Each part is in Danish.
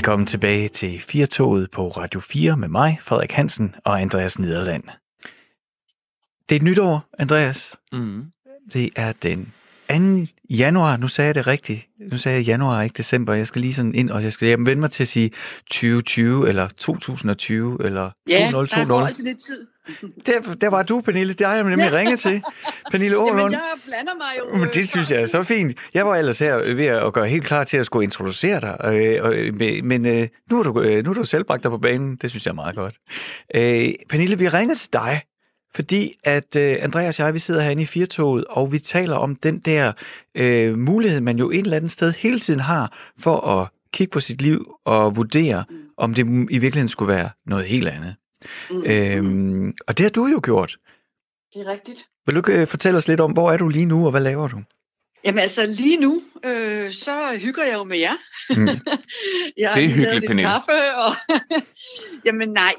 Velkommen tilbage til Firtoget på Radio 4 med mig, Frederik Hansen og Andreas Nederland. Det er et nyt år, Andreas. Mm. Det er den 2. januar. Nu sagde jeg det rigtigt. Nu sagde jeg januar, ikke december. Jeg skal lige sådan ind, og jeg skal vende mig til at sige 2020, eller 2020, eller 2020. Ja, der er altid lidt tid. Der var du, Pernille. Det har jeg nemlig ringet til. Pernille Aalund. Jamen, jeg blander mig jo. Men det synes jeg er så fint. Jeg var ellers her ved at gøre helt klar til at skulle introducere dig. Men nu er du selv bragt dig på banen. Det synes jeg er meget godt. Pernille, vi ringer til dig, fordi at Andreas og jeg, vi sidder herinde i Firtoget, og vi taler om den der mulighed, man jo et eller andet sted hele tiden har, for at kigge på sit liv og vurdere, om det i virkeligheden skulle være noget helt andet. Og det har du jo gjort. Det er rigtigt. Vil du ikke fortælle os lidt om, hvor er du lige nu, og hvad laver du? Jamen altså, lige nu, så hygger jeg jo med jer. Jeg har det er hyggeligt, Pernille. Kaffe, og jamen nej,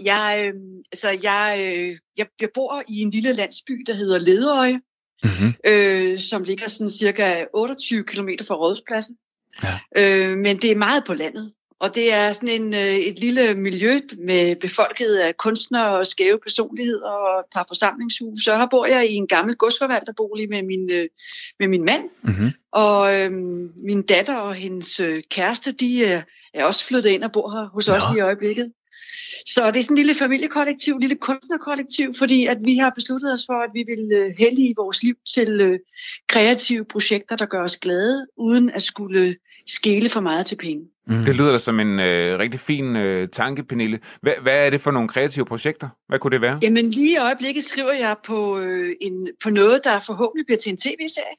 jeg bor i en lille landsby, der hedder Ledøje, som ligger sådan cirka 28 kilometer fra Rådhuspladsen. Ja. Men det er meget på landet. Og det er sådan et lille miljø med befolket af kunstnere og skæve personligheder og et par forsamlingshuse. Så her bor jeg i en gammel godsforvalterbolig med min mand. Mm-hmm. Og min datter og hendes kæreste, de er også flyttet ind og bor her hos os i øjeblikket. Så det er sådan en lille familiekollektiv, lille kunstnerkollektiv, fordi at vi har besluttet os for, at vi vil hellige vores liv til kreative projekter, der gør os glade, uden at skulle skele for meget til penge. Det lyder da som en rigtig fin tanke, Pernille. Hvad er det for nogle kreative projekter? Hvad kunne det være? Jamen lige i øjeblikket skriver jeg på noget, der forhåbentlig bliver til en tv-serie.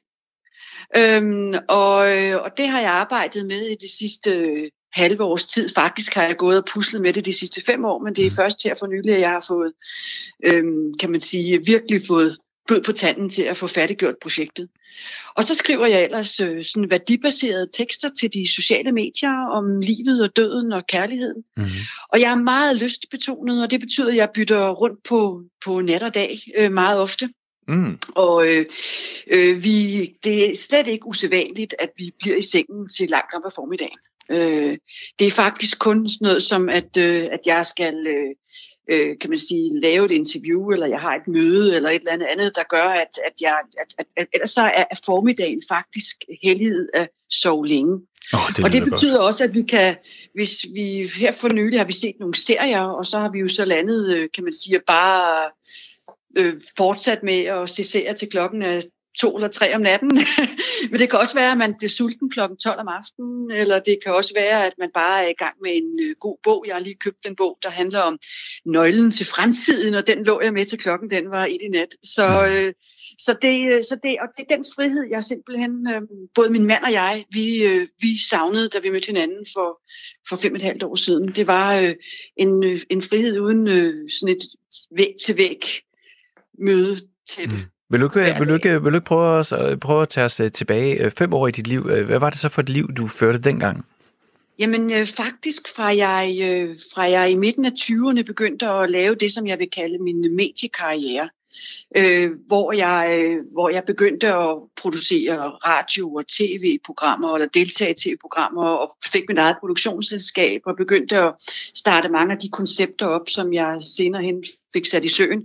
Og det har jeg arbejdet med i det sidste halve års tid. Faktisk har jeg gået og puslet med det de sidste 5 år, men det er først her for nylig, at jeg har fået, kan man sige, virkelig fået blod på tanden til at få færdiggjort projektet. Og så skriver jeg ellers sådan værdibaserede tekster til de sociale medier om livet og døden og kærligheden. Mm-hmm. Og jeg er meget lystbetonet, og det betyder, at jeg bytter rundt på nat og dag meget ofte. Mm. Og det er slet ikke usædvanligt, at vi bliver i sengen til langt op ad formiddagen. Det er faktisk kun sådan noget som, at jeg skal, kan man sige, lave et interview, eller jeg har et møde, eller et eller andet, der gør, at ellers så er formiddagen faktisk helliget at sove længe. Og det betyder også, at vi kan, hvis vi her for nylig har vi set nogle serier, og så har vi jo så landet, kan man sige, bare fortsat med at se serier til klokken 2 eller 3 om natten. Men det kan også være, at man bliver sulten klokken 12 om aftenen, eller det kan også være, at man bare er i gang med en god bog. Jeg har lige købt en bog, der handler om nøglen til fremtiden, og den lå jeg med til klokken, den var 1 i nat. Så det er den frihed, jeg simpelthen, både min mand og jeg, vi savnede, da vi mødte hinanden for 5,5 år siden. Det var en frihed uden sådan et væg-til-væg møde til det. Vil du ikke prøve at tage os tilbage 5 år i dit liv? Hvad var det så for et liv, du førte dengang? Jamen faktisk fra jeg i midten af 20'erne begyndte at lave det, som jeg vil kalde min mediekarriere. Hvor jeg begyndte at producere radio- og tv-programmer, eller deltage i tv-programmer, og fik mit eget produktionsselskab, og begyndte at starte mange af de koncepter op, som jeg senere hen fik sat i søen.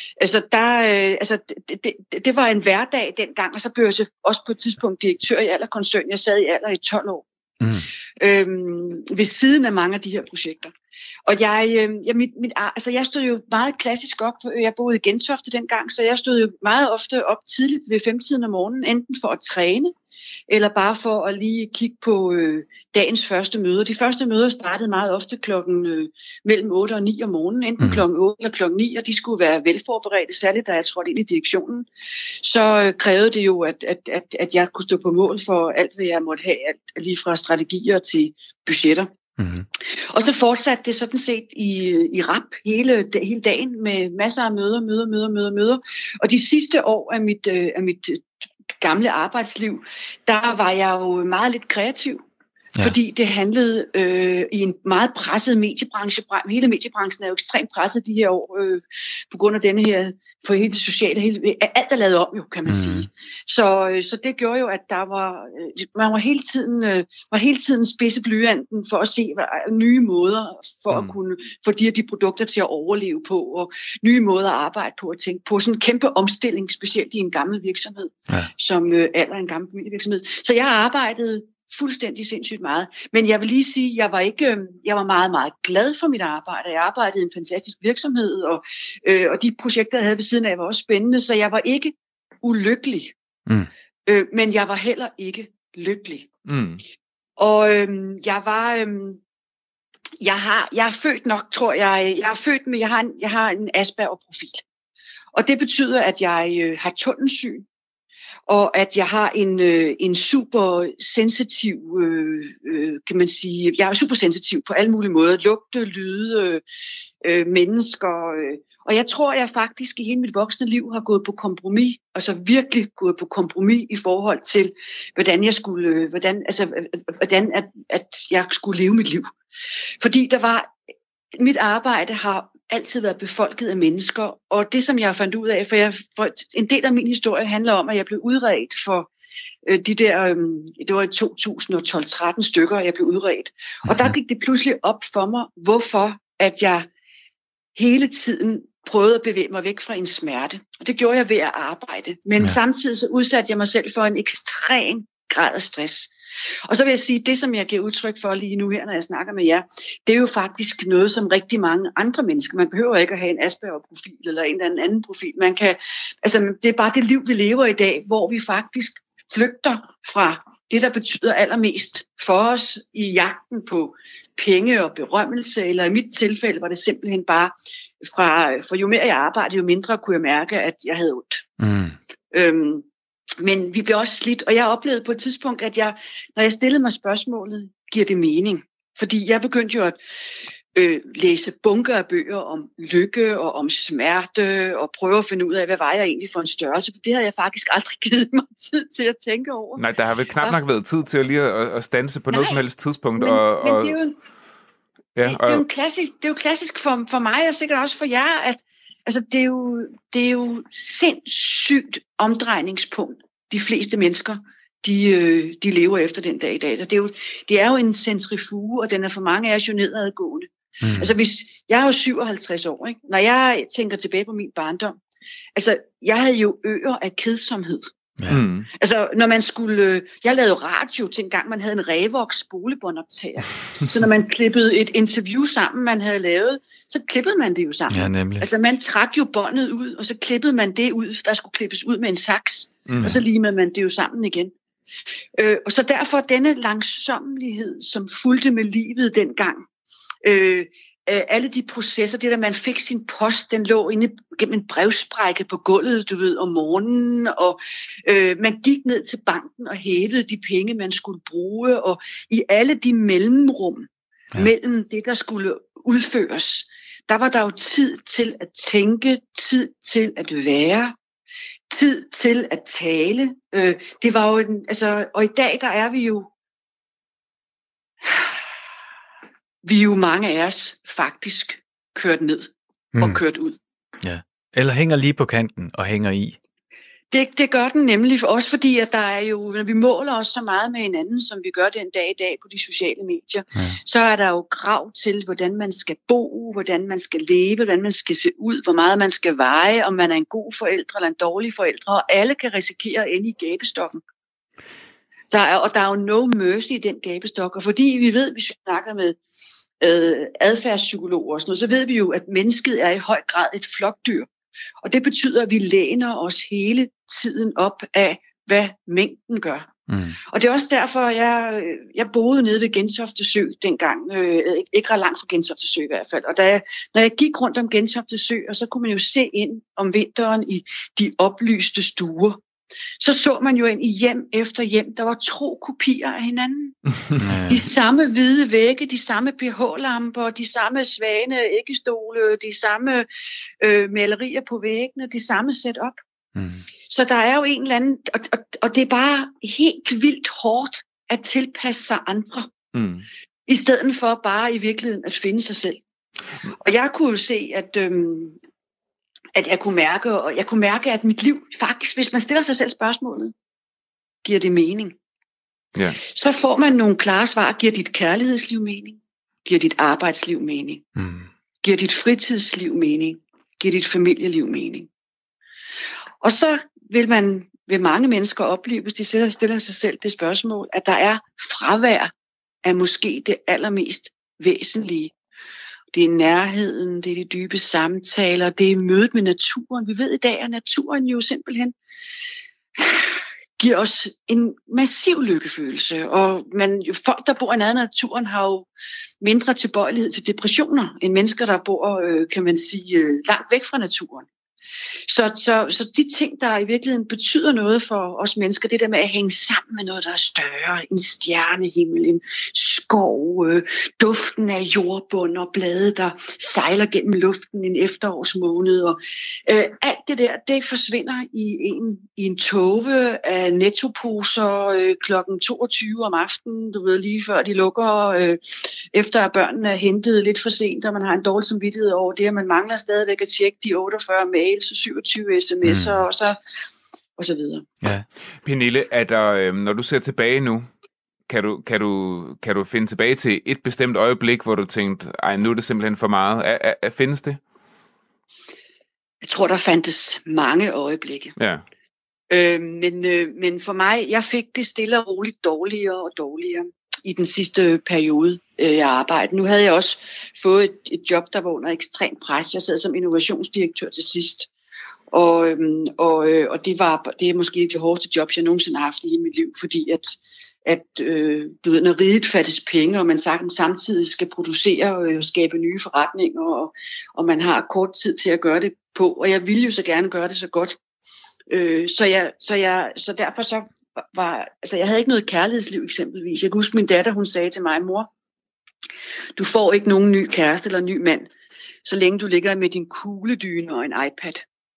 Det var en hverdag dengang, og så blev jeg også på et tidspunkt direktør i Aller-koncernen. Jeg sad i Aller i 12 år. Ved siden af mange af de her projekter. Og jeg stod jo meget klassisk op. Jeg boede i Gentofte dengang, så jeg stod jo meget ofte op tidligt ved 5-tiden om morgenen, enten for at træne, eller bare for at lige kigge på dagens første møder. De første møder startede meget ofte mellem 8 og 9 om morgenen, enten klokken 8 eller klokken 9, og de skulle være velforberedte, særligt da jeg trådte ind i direktionen. Så krævede det jo, at jeg kunne stå på mål for alt, hvad jeg måtte have, alt lige fra strategier til budgetter. Mm-hmm. Og så fortsatte det sådan set i rap hele dagen med masser af møder. Og de sidste år af mit gamle arbejdsliv, der var jeg jo meget lidt kreativ. Fordi det handlede i en meget presset mediebranche. Hele mediebranchen er jo ekstremt presset de her år på grund af denne her, for hele det sociale, alt er lavet om jo, kan man sige. Så det gjorde jo, at man var hele tiden spidse blyanten for at se nye måder for at kunne få de produkter til at overleve på, og nye måder at arbejde på og tænke på. Sådan en kæmpe omstilling, specielt i en gammel virksomhed, som Aller en gammel familievirksomhed. Så jeg arbejdede fuldstændig sindssygt meget. Men jeg vil lige sige, jeg var meget, meget glad for mit arbejde. Jeg arbejdede i en fantastisk virksomhed, og de projekter, jeg havde ved siden af, var også spændende, så jeg var ikke ulykkelig. Men jeg var heller ikke lykkelig. Og jeg er født nok, tror jeg, jeg har en Asperger-profil. Og det betyder, at jeg har tunnelsyn, og at jeg har en super sensitiv, kan man sige, jeg er super sensitiv på alle mulige måder, lugte, lyde, mennesker, og jeg tror, jeg faktisk i hele mit voksne liv har gået på kompromis, altså virkelig gået på kompromis i forhold til, hvordan jeg skulle leve mit liv. Fordi mit arbejde har altid været befolket af mennesker, og det som jeg fandt ud af, for en del af min historie handler om, at jeg blev udredt for det var i 2012-13 stykker, jeg blev udredt. Og der gik det pludselig op for mig, hvorfor at jeg hele tiden prøvede at bevæge mig væk fra en smerte. Og det gjorde jeg ved at arbejde. Men samtidig så udsatte jeg mig selv for en ekstrem grad af stress. Og så vil jeg sige, det som jeg giver udtryk for lige nu her, når jeg snakker med jer, det er jo faktisk noget, som rigtig mange andre mennesker, man behøver ikke at have en Asperger-profil eller en eller anden profil. Det er bare det liv, vi lever i dag, hvor vi faktisk flygter fra det, der betyder allermest for os i jagten på penge og berømmelse, eller i mit tilfælde var det simpelthen bare for jo mere jeg arbejdede, jo mindre kunne jeg mærke, at jeg havde ondt. Men vi blev også slidt, og jeg oplevede på et tidspunkt, at når jeg stillede mig spørgsmålet, giver det mening? Fordi jeg begyndte jo at læse bunker af bøger om lykke og om smerte, og prøve at finde ud af, hvad var jeg egentlig for en størrelse, for det havde jeg faktisk aldrig givet mig tid til at tænke over. Nej, der har vel knap nok været tid til at lige at standse på noget som helst tidspunkt. Men det er jo det er jo klassisk for mig, og sikkert også for jer, at det er jo sindssygt omdrejningspunkt, de fleste mennesker, de lever efter den dag i dag. Så det er jo en centrifuge, og den er for mange af os jo nedadgående. Jeg er jo 57 år, ikke? Når jeg tænker tilbage på min barndom, jeg havde jo øer af kedsomhed. Når man jeg lavede radio til en gang, man havde en Revox spolebåndoptager. Så når man klippede et interview sammen, man havde lavet, så klippede man det jo sammen. Ja, nemlig. Man trak jo båndet ud, og så klippede man det ud, der skulle klippes ud med en saks, og så limede man det jo sammen igen. Og så derfor denne langsommelighed, som fulgte med livet dengang, alle de processer, det der man fik sin post, den lå inde gennem en brevsprække på gulvet, du ved, om morgenen, og man gik ned til banken og hævede de penge, man skulle bruge, og i alle de mellemrum mellem det, der skulle udføres, der var der jo tid til at tænke, tid til at være, tid til at tale. Det var jo og i dag, der er vi er jo mange af os faktisk kørt ned og kørt ud. Ja. Eller hænger lige på kanten og hænger i. Det gør den nemlig for os, fordi at der er jo, når vi måler os så meget med hinanden, som vi gør den dag i dag på de sociale medier, så er der jo krav til, hvordan man skal bo, hvordan man skal leve, hvordan man skal se ud, hvor meget man skal veje, om man er en god forælder eller en dårlig forælder, og alle kan risikere at ende i gabestokken. Der er jo no mercy i den gabestok, og fordi vi ved, hvis vi snakker med adfærdspsykologer og sådan noget, så ved vi jo, at mennesket er i høj grad et flokdyr. Og det betyder, at vi læner os hele tiden op af, hvad mængden gør. Og det er også derfor, jeg boede nede ved Gentofte Sø dengang, ikke ret langt fra Gentofte Sø i hvert fald. Og når jeg gik rundt om Gentofte Sø, og så kunne man jo se ind om vinteren i de oplyste stuer, så man jo ind i hjem efter hjem, der var tro kopier af hinanden. De samme hvide vægge, de samme pH-lamper, de samme svane æggestole, de samme malerier på væggene, de samme setup. Så der er jo en eller anden, og det er bare helt vildt hårdt at tilpasse sig andre. I stedet for bare i virkeligheden at finde sig selv. Og jeg kunne jo se, at jeg kunne mærke, at mit liv faktisk, hvis man stiller sig selv spørgsmålet, giver det mening? Ja. Så får man nogle klare svar. Giver dit kærlighedsliv mening? Giver dit arbejdsliv mening? Giver dit fritidsliv mening? Giver dit familieliv mening? Og så vil mange mennesker opleve, hvis de stiller sig selv det spørgsmål, at der er fravær af måske det allermest væsentlige. Det er nærheden, det er de dybe samtaler, det er mødet med naturen. Vi ved i dag, at naturen jo simpelthen giver os en massiv lykkefølelse. Og folk, der bor i nærheden af naturen, har jo mindre tilbøjelighed til depressioner, end mennesker, der bor, kan man sige, langt væk fra naturen. Så de ting, der i virkeligheden betyder noget for os mennesker, det der med at hænge sammen med noget, der er større, en stjernehimmel, en skov, duften af jordbund og blade, der sejler gennem luften en efterårsmåned, og alt det der, det forsvinder i en tåge af nettoposer klokken 22 om aftenen, du ved, lige før de lukker, efter at børnene er hentet lidt for sent, og man har en dårlig samvittighed over det, og man mangler stadigvæk at tjekke de 48 mails, 27 sms'er og så videre. Ja. Pernille, er der, når du ser tilbage nu, kan du finde tilbage til et bestemt øjeblik, hvor du tænkte, ej, nu er det simpelthen for meget? Findes det? Jeg tror, der fandtes mange øjeblikke. Ja. Men for mig, jeg fik det stille og roligt dårligere og dårligere i den sidste periode, jeg arbejdede. Nu havde jeg også fået et job, der var under ekstrem pres. Jeg sad som innovationsdirektør til sidst. Og det er måske det hårdeste job, jeg nogensinde har haft i mit liv, fordi at du ved, når riget fattes penge, og man samtidig skal producere og skabe nye forretninger, og man har kort tid til at gøre det på, og jeg ville jo så gerne gøre det så godt. Så derfor så jeg havde ikke noget kærlighedsliv eksempelvis. Jeg kan huske, min datter, hun sagde til mig, mor, du får ikke nogen ny kæreste eller ny mand, så længe du ligger med din kugledyne og en iPad.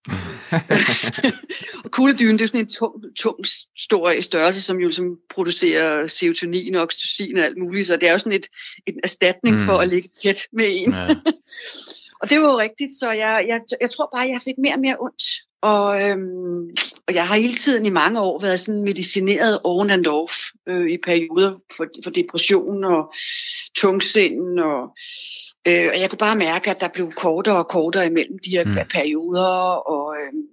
Og kugledyne, det er sådan en tung stor størrelse, som jo som producerer serotonin og oxytocin og alt muligt, så det er jo sådan en erstatning for at ligge tæt med en. Ja. Og det var jo rigtigt, så jeg tror bare, jeg fik mere og mere ondt. Og jeg har hele tiden i mange år været sådan medicineret on and off i perioder for depression og tungsind og jeg kunne bare mærke, at der blev kortere og kortere imellem de her perioder, og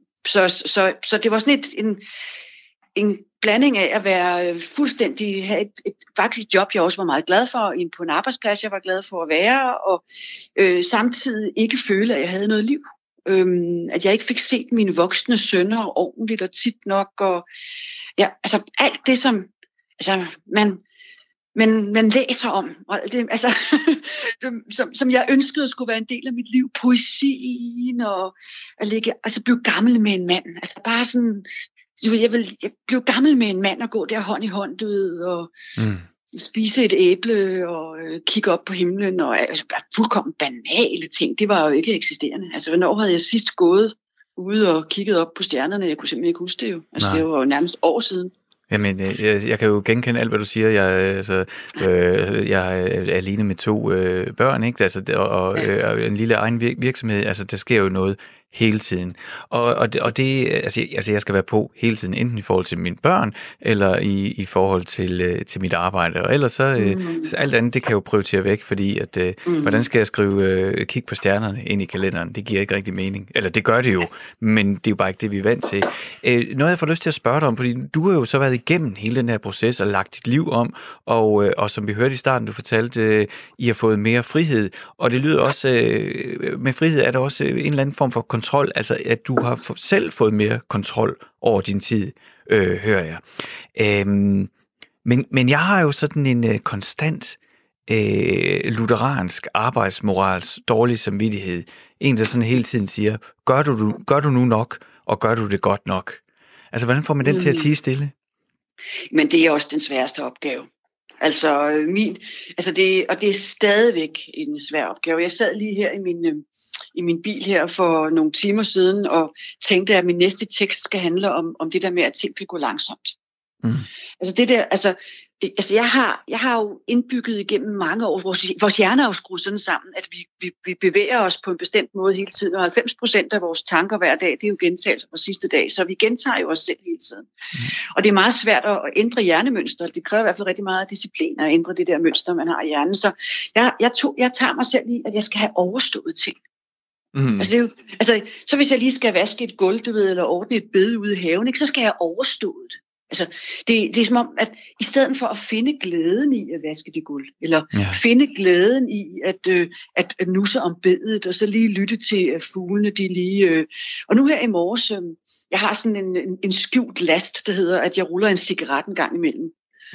så det var sådan en blanding af at være fuldstændig, have faktisk et job, jeg også var meget glad for, på en arbejdsplads, jeg var glad for at være, og samtidig ikke føle, at jeg havde noget liv. At jeg ikke fik set mine voksne sønner ordentligt og tit nok, og ja, altså alt det, som altså, man læser om, og det, altså, som jeg ønskede skulle være en del af mit liv, poesien og at blive gammel med en mand, altså bare sådan, jeg blev gammel med en mand og gå der hånd i hånd, du ved, og spise et æble og kigge op på himlen, og altså bare fuldkommen banale ting, det var jo ikke eksisterende. Altså, hvornår havde jeg sidst gået ude og kigget op på stjernerne? Jeg kunne simpelthen ikke huske det jo. Altså, det var jo nærmest år siden. Jamen, jeg kan jo genkende alt, hvad du siger. Jeg er alene med 2 børn, ikke? Altså, og en lille egen virksomhed. Altså, der sker jo noget hele tiden. Og det, altså, jeg skal være på hele tiden, enten i forhold til mine børn, eller i forhold til mit arbejde. Og ellers så alt andet, det kan jo prioritere væk, fordi at, hvordan skal jeg skrive kig på stjernerne ind i kalenderen? Det giver ikke rigtig mening. Eller det gør det jo, men det er jo bare ikke det, vi er vant til. Noget, jeg får lyst til at spørge dig om, fordi du har jo så været igennem hele den her proces og lagt dit liv om, og som vi hørte i starten, du fortalte, I har fået mere frihed. Og det lyder også, med frihed er der også en eller anden form for kontrol, altså at du har selv fået mere kontrol over din tid, hører jeg. Men jeg har jo sådan en konstant lutheransk arbejdsmorals dårlig samvittighed. En, der sådan hele tiden siger, gør du nu nok, og gør du det godt nok? Altså, hvordan får man den til at tie stille? Men det er også den sværeste opgave. Altså, det er stadigvæk en svær opgave. Jeg sad lige her i min bil her for nogle timer siden og tænkte, at min næste tekst skal handle om det der med, at ting vil gå langsomt. Altså det der, altså jeg har jo indbygget igennem mange år, vores hjerne er jo skruet sådan sammen, at vi bevæger os på en bestemt måde hele tiden, og 90% af vores tanker hver dag, det er jo gentagelser fra sidste dag, så vi gentager jo os selv hele tiden. Og det er meget svært at ændre hjernemønster, det kræver i hvert fald rigtig meget disciplin at ændre det der mønster, man har i hjernen, så jeg tager mig selv i, at jeg skal have overstået ting. Så hvis jeg lige skal vaske et gulv, eller ordne et bed ude i haven, ikke, så skal jeg have overstået det. Altså, det er som om, at i stedet for at finde glæden i at vaske det gulv, eller finde glæden i at nusse om bedet, og så lige lytte til fuglene, de lige... Og nu her i morges, jeg har sådan en skjult last, der hedder, at jeg ruller en cigaret en gang imellem.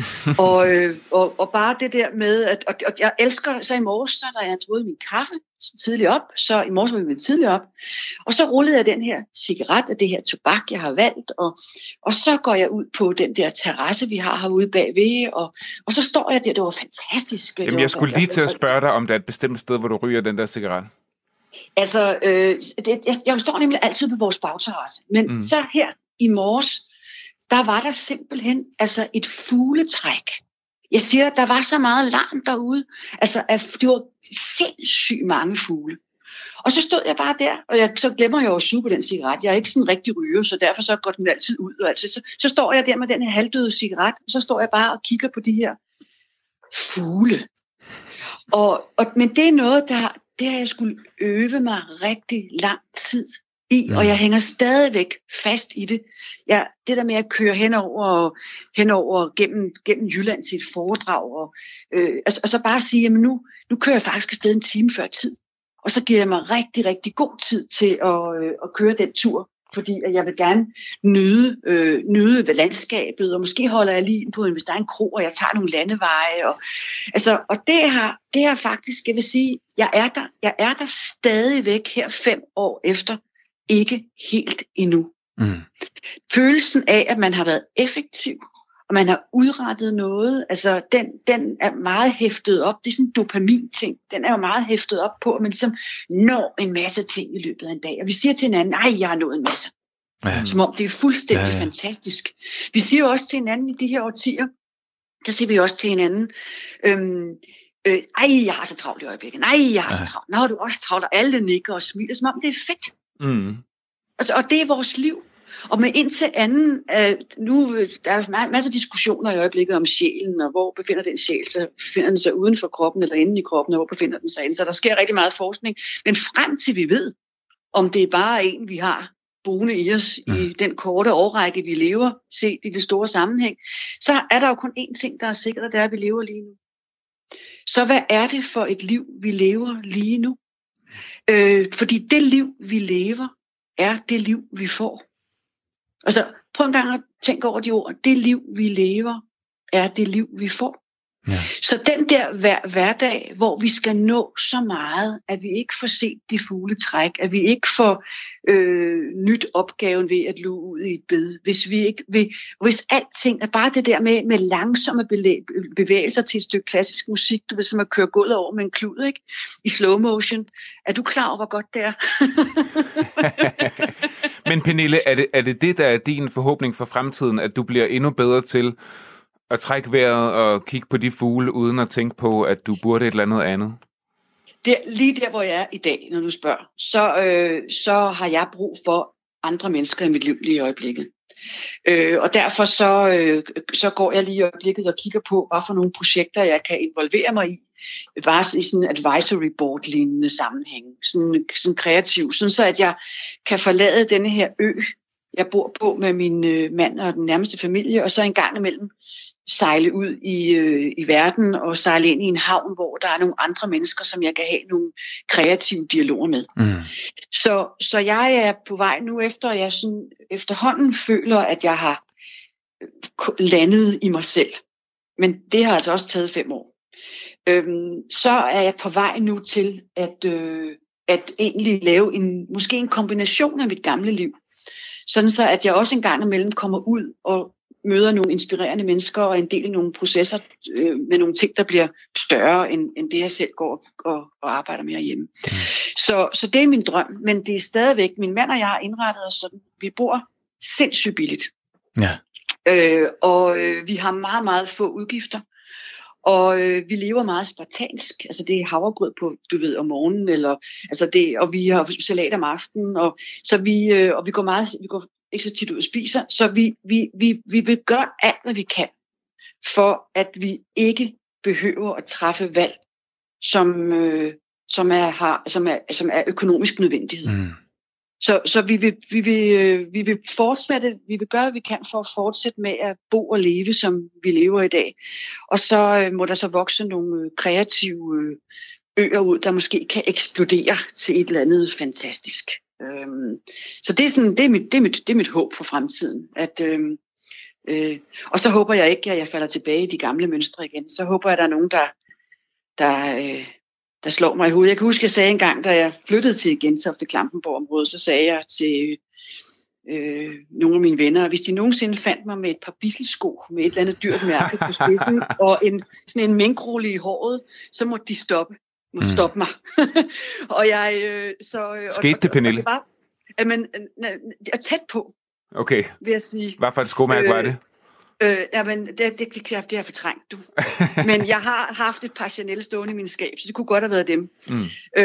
og bare det der med, at jeg elsker, så i morges, så da jeg troede min kaffe tidligt op, så i morges var vi tidligt op, og så rullede jeg den her cigaret af det her tobak, jeg har valgt, og så går jeg ud på den der terrasse, vi har herude bagved, og så står jeg der, det var fantastisk. Jamen, jeg skulle lige til at spørge dig, om der er et bestemt sted, hvor du ryger den der cigaret. Altså, jeg står nemlig altid på vores bagterrasse, men så her i morges, der var der simpelthen altså et fugletræk. Jeg siger, der var så meget larm derude. Altså, det var sindssygt mange fugle. Og så stod jeg bare der, og så glemmer jeg jo at suge på den cigaret. Jeg er ikke sådan rigtig ryger, så derfor så går den altid ud. Og altså, så står jeg der med den her halvdøde cigaret, og så står jeg bare og kigger på de her fugle. Men det er noget, det har jeg skulle øve mig rigtig lang tid i, og jeg hænger stadigvæk fast i det. Det der med at køre henover gennem Jylland til et foredrag, og så bare sige, jamen nu kører jeg faktisk afsted en time før tid, og så giver jeg mig rigtig, rigtig god tid til at køre den tur, fordi jeg vil gerne nyde ved landskabet, og måske holder jeg lige på, hvis der er en kro, og jeg tager nogle landeveje, og det har faktisk, jeg vil sige, jeg er der stadigvæk her 5 år efter, ikke helt endnu. Følelsen af, at man har været effektiv, og man har udrettet noget, altså den er meget hæftet op, det er sådan en dopamin-ting, den er jo meget hæftet op på, at man ligesom når en masse ting i løbet af en dag, og vi siger til hinanden, nej, jeg har nået en masse, som om det er fuldstændig fantastisk. Vi siger jo også til hinanden i de her årtier, der siger vi også til hinanden, jeg har så travlt i øjeblikket, nej, jeg har så travlt, nå, du er også travlt, og alle nikker og smiler, som om det er fedt. Altså, og det er vores liv. Og med indtil anden, nu der er masser af diskussioner i øjeblikket om sjælen, og hvor befinder den sjæl sig? Befinder den sig uden for kroppen eller inde i kroppen, og hvor befinder den sig inde? Så der sker rigtig meget forskning. Men frem til vi ved, om det er bare en, vi har boende i os i den korte årrække, vi lever, set i det store sammenhæng, så er der jo kun én ting, der er sikkert, og det er, at vi lever lige nu. Så hvad er det for et liv, vi lever lige nu? Fordi det liv, vi lever, er det liv, vi får. Altså, prøv en gang at tænke over de ord. Det liv, vi lever, er det liv, vi får. Ja. Så den der hverdag, hvor vi skal nå så meget, at vi ikke får set de fugle træk, at vi ikke får nyt opgaven ved at luge ud i et bed, hvis alting er bare det der med langsomme bevægelser til et stykke klassisk musik, du ved, som at køre gulvet over med en klud, ikke? I slow motion. Er du klar over, hvor godt det er? Men Pernille, er det, der er din forhåbning for fremtiden, at du bliver endnu bedre til at trække vejret og kigge på de fugle, uden at tænke på, at du burde et eller andet? Lige der, hvor jeg er i dag, når du spørger, så har jeg brug for andre mennesker i mit liv lige i øjeblikket. Og derfor så går jeg lige i øjeblikket og kigger på, hvad for nogle projekter, jeg kan involvere mig i. Bare i sådan en advisory board-lignende sammenhæng. Sådan kreativ. Sådan så, at jeg kan forlade denne her ø, jeg bor på med min mand og den nærmeste familie, og så en gang imellem sejle ud i verden og sejle ind i en havn, hvor der er nogle andre mennesker, som jeg kan have nogle kreative dialoger med. Så jeg er på vej nu, efter jeg sådan efterhånden føler, at jeg har landet i mig selv. Men det har altså også taget 5 år. Så er jeg på vej nu til at egentlig lave måske en kombination af mit gamle liv. Sådan så, at jeg også en gang imellem kommer ud og møder nogle inspirerende mennesker og en del af nogle processer med nogle ting, der bliver større end det, jeg selv går og arbejder med hjemme. Så det er min drøm, men det er stadigvæk, min mand og jeg har indrettet os sådan, vi bor sindssygt billigt. Ja. Vi har meget, meget få udgifter. Og vi lever meget spartansk. Altså det er havregrød på, du ved, om morgenen, eller altså det, og vi har salat om aftenen, og vi går ikke så tit ud og spiser, så vi vil gøre alt, hvad vi kan, for at vi ikke behøver at træffe valg, som er økonomisk nødvendighed. Mm. Så vi vil fortsætte, vi vil gøre, hvad vi kan for at fortsætte med at bo og leve, som vi lever i dag. Og så må der så vokse nogle kreative øer ud, der måske kan eksplodere til et eller andet fantastisk. Så det er mit håb for fremtiden. Og så håber jeg ikke, at jeg falder tilbage i de gamle mønstre igen. Så håber jeg, at der er nogen, der slår mig i hovedet. Jeg kan huske, jeg sagde engang, da jeg flyttede til Gentofte Klampenborg-området, så sagde jeg til nogle af mine venner, at hvis de nogensinde fandt mig med et par bisselsko med et eller andet dyrt mærke på spidsen og sådan en minkrulle i håret, så måtte de stoppe mig. Og jeg skete det, Pernille? Tæt på. Okay. Vil jeg sige. Hvad for et skomærke var det? Jamen, det har fortrængt, du. Men jeg har haft et par Chanel stående i min skab, så det kunne godt have været dem. Mm.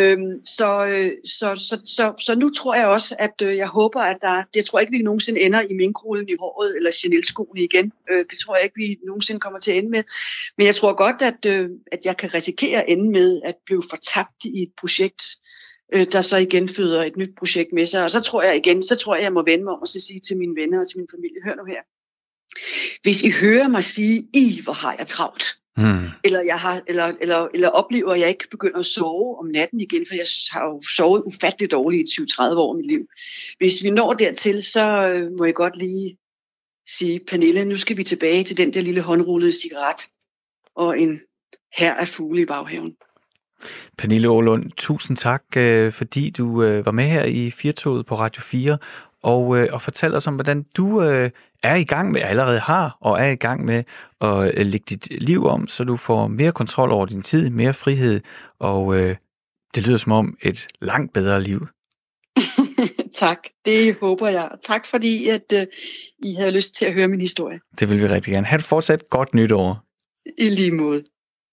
Så nu tror jeg også, at jeg håber, at jeg tror ikke, vi nogensinde ender i minkrullen i håret eller Chanel-skoene igen. Det tror jeg ikke, vi nogensinde kommer til at ende med. Men jeg tror godt, at jeg kan risikere at ende med at blive fortabt i et projekt, der så igen føder et nyt projekt med sig. Og så tror jeg, jeg må vende mig om og så sige til mine venner og til min familie, hør nu her. Hvis I hører mig sige, hvor har jeg travlt, eller oplever, at jeg ikke begynder at sove om natten igen, for jeg har jo sovet ufatteligt dårligt i 20-30 år i mit liv. Hvis vi når dertil, så må jeg godt lige sige, Pernille, nu skal vi tilbage til den der lille håndrullede cigaret og en hær af fugle i baghaven. Pernille Aalund, tusind tak, fordi du var med her i Firtoget på Radio 4, og fortæl os om, hvordan du er i gang med, allerede har, og er i gang med at lægge dit liv om, så du får mere kontrol over din tid, mere frihed, og det lyder som om et langt bedre liv. Tak, det håber jeg. Tak fordi, at I havde lyst til at høre min historie. Det vil vi rigtig gerne. Ha' det fortsat godt nytår. I lige måde.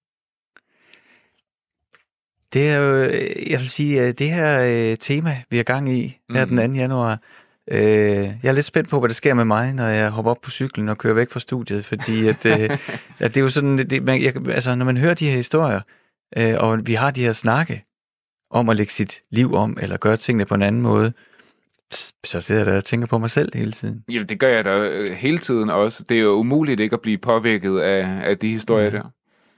Det er jo, jeg vil sige, det her tema, vi er gang i her den 2. januar. Jeg er lidt spændt på, hvad der sker med mig, når jeg hopper op på cyklen og kører væk fra studiet, fordi at det er jo sådan, når man hører de her historier, og vi har de her snakke om at lægge sit liv om, eller gøre tingene på en anden måde, så sidder jeg der og tænker på mig selv hele tiden. Jamen, det gør jeg da hele tiden også. Det er jo umuligt ikke at blive påvirket af de historier der.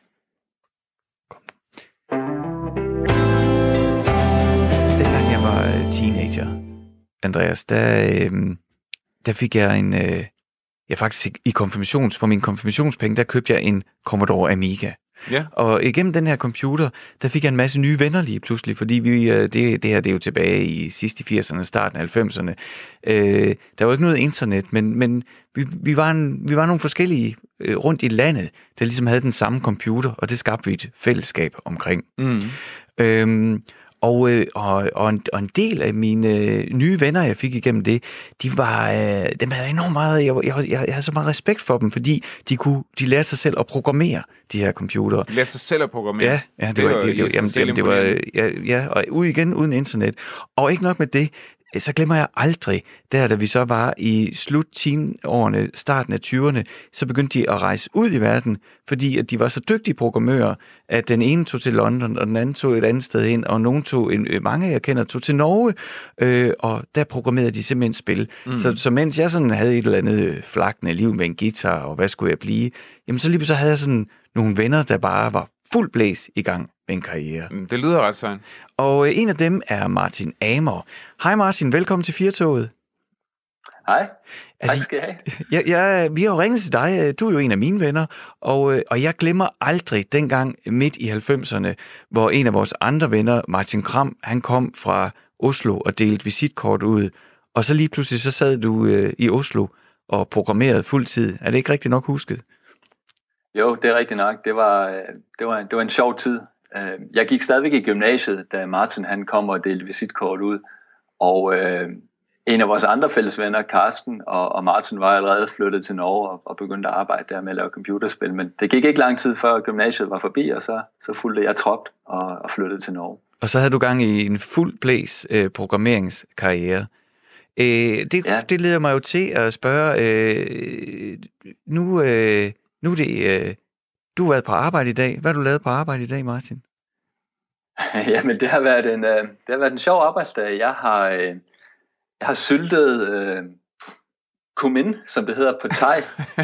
Dengang jeg var teenager, Andreas, der fik jeg faktisk for min konfirmationspenge, der købte jeg en Commodore Amiga. Ja. Og igennem den her computer, der fik jeg en masse nye venner lige pludselig, fordi det her det er jo tilbage i sidst i 80'erne, starten af 90'erne. Der var ikke noget internet, men vi var nogle forskellige rundt i landet, der ligesom havde den samme computer, og det skabte vi et fællesskab omkring. Mm. Og en del af mine nye venner, jeg fik igennem det, dem havde enormt meget, jeg havde så meget respekt for dem, fordi de lærte sig selv at programmere, de her computere. De lærte sig selv at programmere? Ja, det var og uden internet. Og ikke nok med det, så glemmer jeg aldrig, da vi så var i slut teen-årene, starten af 20'erne, så begyndte de at rejse ud i verden, fordi at de var så dygtige programmører, at den ene tog til London, og den anden tog et andet sted hen, og nogen mange jeg kender tog til Norge, og der programmerede de simpelthen spil. Mm. Så mens jeg sådan havde et eller andet flakne liv med en guitar, og hvad skulle jeg blive, jamen så lige så havde jeg sådan nogle venner, der bare var fuld blæs i gang med en karriere. Det lyder ret sådan. Og en af dem er Martin Amer. Hej Martin, velkommen til Firtoget. Hej, tak skal I have. Vi har jo ringet til dig, du er jo en af mine venner, og jeg glemmer aldrig dengang midt i 90'erne, hvor en af vores andre venner, Martin Kram, han kom fra Oslo og delte visitkort ud, og så lige pludselig så sad du i Oslo og programmerede fuldtid. Er det ikke rigtigt nok husket? Jo, det er rigtigt nok. Det var en sjov tid. Jeg gik stadigvæk i gymnasiet, da Martin han kom og delte visitkort ud, og en af vores andre fælles venner, Karsten og Martin, var allerede flyttet til Norge og begyndte at arbejde der med at lave computerspil. Men det gik ikke lang tid før gymnasiet var forbi, og så fulgte jeg trop og flyttede til Norge. Og så havde du gang i en fuld blæs programmeringskarriere. Det leder mig jo til at spørge, nu er det, du har været på arbejde i dag. Hvad har du lavet på arbejde i dag, Martin? Jamen, det har været en sjov arbejdsdag. Jeg har syltet kumin, som det hedder på thai.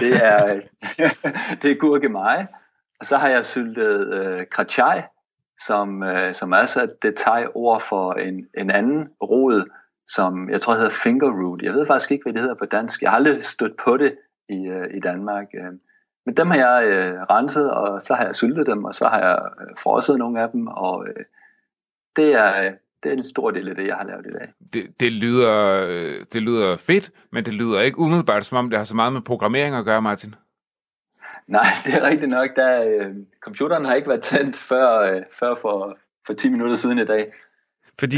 Det er gurkemeje. Og så har jeg syltet krachai, som er det thai-ord for en anden rod, som jeg tror hedder fingerroot. Jeg ved faktisk ikke, hvad det hedder på dansk. Jeg har aldrig stødt på det i Danmark. Men dem har jeg renset, og så har jeg syltet dem, og så har jeg frosset nogle af dem, og det er en stor del af det, jeg har lavet i dag. Det lyder fedt, men det lyder ikke umiddelbart, som om det har så meget med programmering at gøre, Martin. Nej, det er rigtigt nok. Computeren har ikke været tændt før for 10 minutter siden i dag. Fordi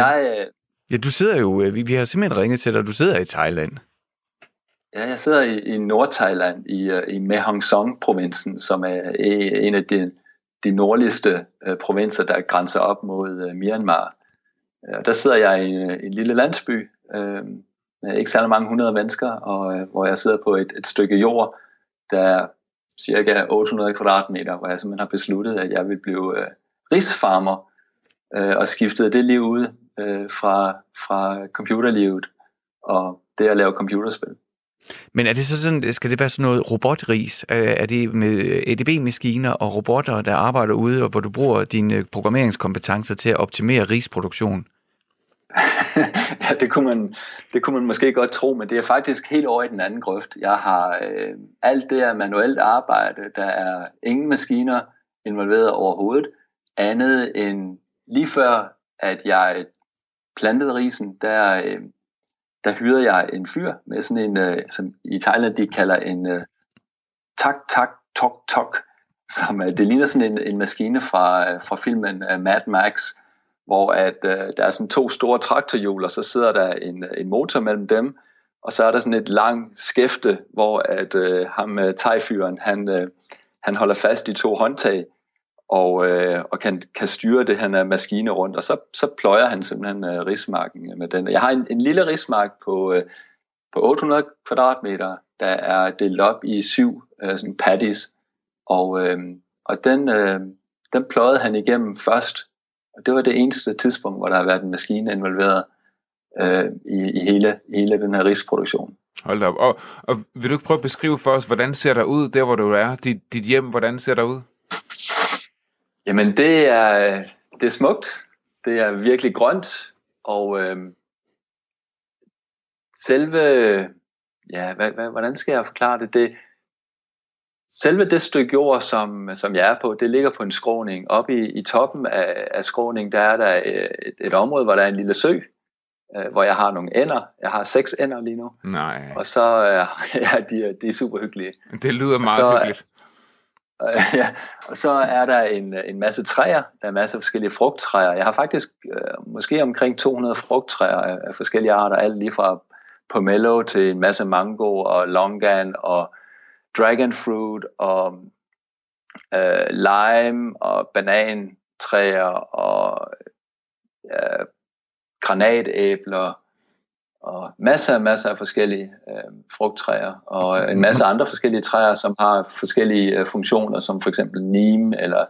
du sidder jo, vi har simpelthen ringet til dig, du sidder i Thailand. Ja, jeg sidder i Nord-Thailand, i Mae Hong Son-provinsen, som er en af de nordligste provinser, der grænser op mod Myanmar. Der sidder jeg i en lille landsby, med ikke særlig mange 100 mennesker, og hvor jeg sidder på et stykke jord, der er cirka 800 kvadratmeter, hvor jeg simpelthen har besluttet, at jeg vil blive risfarmer, og skiftede det liv ud fra computerlivet, og det at lave computerspil. Men er det så sådan, skal det være sådan noget robotris? Er det med EDB-maskiner og robotter, der arbejder ude, og hvor du bruger dine programmeringskompetencer til at optimere risproduktion? Ja, det kunne man måske godt tro, men det er faktisk helt over i den anden grøft. Jeg har alt det af manuelt arbejde, der er ingen maskiner involveret overhovedet, andet end lige før, at jeg plantede risen, der hyrede jeg en fyr med sådan en, som i Thailand de kalder en tak, som det ligner sådan en maskine fra filmen Mad Max, hvor at der er sådan 2 store traktorhjul, og så sidder der en motor mellem dem, og så er der sådan et langt skæfte, hvor at ham thai-fyren, han holder fast i 2 håndtag, og kan styre det her maskine rundt, og så pløjer han simpelthen rismarken med den. Jeg har en lille rismark på 800 kvadratmeter, der er delt op i 7 sådan paddies, og den pløjede han igennem først, og det var det eneste tidspunkt, hvor der har været en maskine involveret i hele den her risproduktion. Hold da op. Og vil du ikke prøve at beskrive for os, hvordan ser der ud, der hvor du er? Dit hjem, hvordan ser der ud? Jamen, det er smukt. Det er virkelig grønt, og hvordan skal jeg forklare det? Selve det stykke jord, som jeg er på, det ligger på en skråning. Oppe i toppen af skråningen, der er der et område, hvor der er en lille sø, hvor jeg har nogle ænder. Jeg har 6 ænder lige nu. Nej. Og så de er super hyggelige. Det lyder meget hyggeligt. Ja, og så er der en masse træer. Der er masser af forskellige frugttræer. Jeg har faktisk måske omkring 200 frugttræer af forskellige arter. Alt lige fra pomelo til en masse mango og longan og dragon fruit og lime og banantræer og granatæbler og masser af forskellige frugttræer og en masse andre forskellige træer, som har forskellige funktioner, som for eksempel neem eller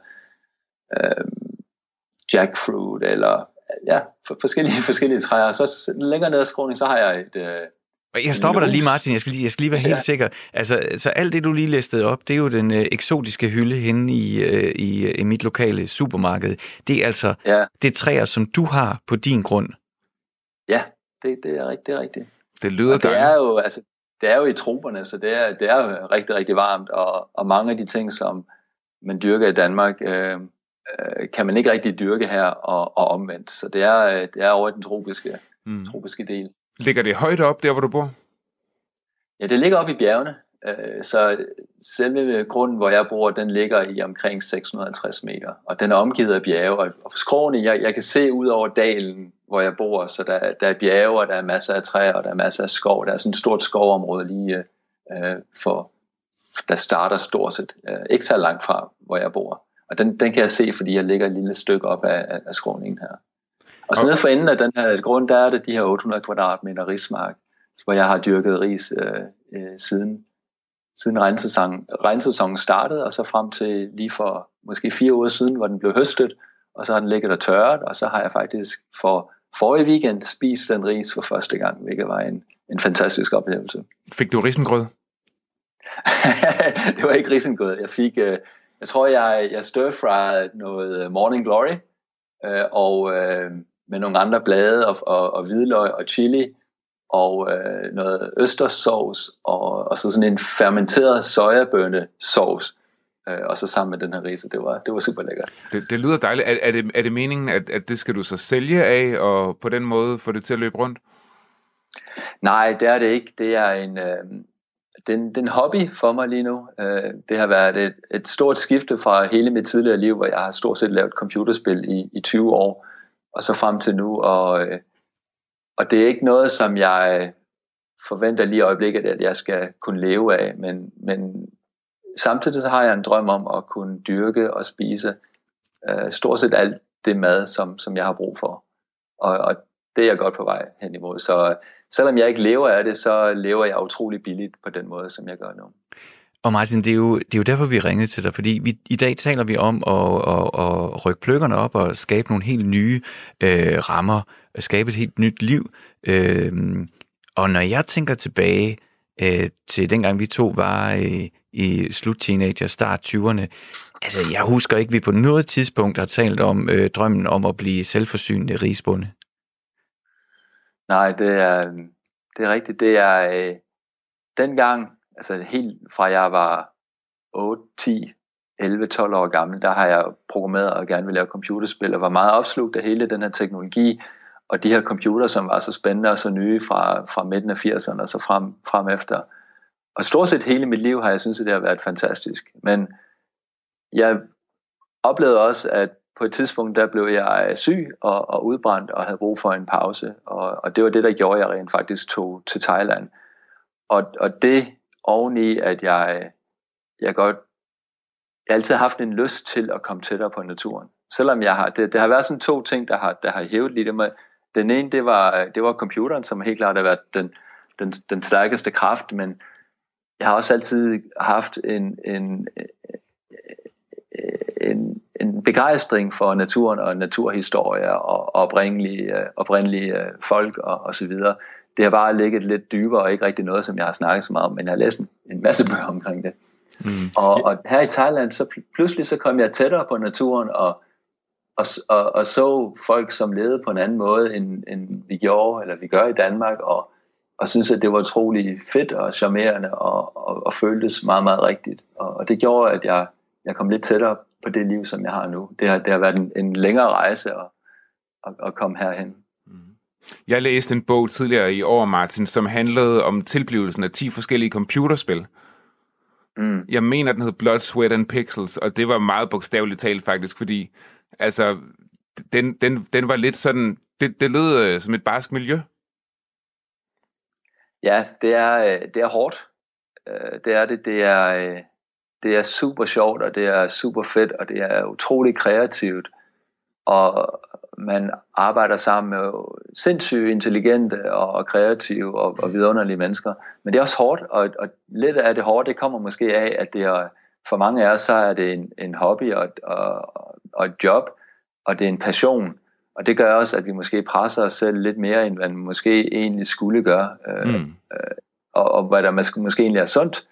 jackfruit eller forskellige træer. Så længere ned ad skråningen, så har jeg Jeg stopper dig lige, Martin. Jeg skal lige være helt sikker. Altså, så alt det, du lige listede op, det er jo den eksotiske hylde henne i mit lokale supermarked. Det er altså det træer, som du har på din grund. Ja, det er rigtigt. Det lyder dejligt. Det er jo i troperne, så det er jo rigtig, rigtig varmt, og mange af de ting, som man dyrker i Danmark, kan man ikke rigtig dyrke her og omvendt. Så det er over i den tropiske del. Ligger det højt op, der hvor du bor? Ja, det ligger op i bjergene. Så selve grunden, hvor jeg bor, den ligger i omkring 650 meter. Og den er omgivet af bjerge. Og på skråene, jeg kan se ud over dalen hvor jeg bor, så der er bjerge, og der er masser af træer, og der er masser af skov. Der er sådan et stort skovområde lige der starter stort set ikke så langt fra, hvor jeg bor. Og den kan jeg se, fordi jeg ligger et lille stykke op af skråningen her. Og så nede for enden af den her grund, der er det de her 800 kvadratmeter rismark, hvor jeg har dyrket ris siden regnsæsonen startede, og så frem til lige for måske 4 uger siden, hvor den blev høstet, og så har den ligget og tørret, og så har jeg faktisk for forrige weekend spist den ris for første gang, hvilket var en fantastisk oplevelse. Fik du risengrød? Det var ikke risengrød. Jeg fik, jeg tror jeg stir-fried noget Morning Glory, og med nogle andre blade og hvidløg og chili, og noget østerssovs, og så sådan en fermenteret sojabønnesovs, og så sammen med den her ris, det var super lækkert. Det lyder dejligt. Er det meningen, at det skal du så sælge af, og på den måde få det til at løbe rundt? Nej, det er det ikke. Det er en hobby for mig lige nu. Det har været et stort skifte fra hele mit tidligere liv, hvor jeg har stort set lavet computerspil i 20 år, og så frem til nu, og det er ikke noget, som jeg forventer lige i øjeblikket, at jeg skal kunne leve af, men samtidig så har jeg en drøm om at kunne dyrke og spise stort set alt det mad, som jeg har brug for. Og det er jeg godt på vej hen imod. Så selvom jeg ikke lever af det, så lever jeg utrolig billigt på den måde, som jeg gør nu. Og Martin, det er jo derfor, vi ringede til dig, fordi i dag taler vi om at rykke pløkkerne op og skabe nogle helt nye rammer, skabe et helt nyt liv. Og når jeg tænker tilbage til dengang vi to var i slut teenager, start 20'erne, altså jeg husker ikke, at vi på noget tidspunkt har talt om drømmen om at blive selvforsynende risbonde. Nej, det er rigtigt. Det er dengang, altså helt fra jeg var 8, 10, 11, 12 år gammel, der har jeg programmeret og gerne vil lave computerspil, og var meget opslugt af hele den her teknologi, og de her computer, som var så spændende og så nye fra midten af 80'erne og så frem efter. Og stort set hele mit liv har jeg syntes, at det har været fantastisk. Men jeg oplevede også, at på et tidspunkt, der blev jeg syg og udbrændt og havde brug for en pause. Og det var det, der gjorde, at jeg rent faktisk tog til Thailand. Og det oveni, at jeg altid har haft en lyst til at komme tættere på naturen. Selvom det har været sådan 2 ting, der har hævet lidt med. Den ene, det var computeren, som helt klart har været den stærkeste kraft, men jeg har også altid haft en begejstring for naturen og naturhistorier og oprindelige folk og så videre. Det har bare ligget lidt dybere og ikke rigtig noget, som jeg har snakket så meget om, men jeg har læst en masse bøger omkring det. Og her i Thailand, så pludselig så kom jeg tættere på naturen og så folk, som levede på en anden måde, end vi gjorde, eller vi gør i Danmark, og synes, at det var utrolig fedt og charmerende og føltes meget, meget rigtigt. Og det gjorde, at jeg kom lidt tættere på det liv, som jeg har nu. Det har været en længere rejse at komme herhen. Jeg læste en bog tidligere i år, Martin, som handlede om tilblivelsen af 10 forskellige computerspil. Jeg mener, den hed Blood, Sweat and Pixels, og det var meget bogstaveligt talt faktisk, fordi altså, den var lidt sådan, det lød som et barsk miljø. Ja, det er hårdt. Det er det. Det er super sjovt, og det er super fedt, og det er utrolig kreativt. Og man arbejder sammen med sindssygt intelligente og kreative og vidunderlige mennesker. Men det er også hårdt, og lidt af det hårde, det kommer måske af, at det er, for mange af os, så er det en hobby og et job, og det er en passion. Og det gør også, at vi måske presser os selv lidt mere, end man måske egentlig skulle gøre. Og hvad der måske egentlig er sundt.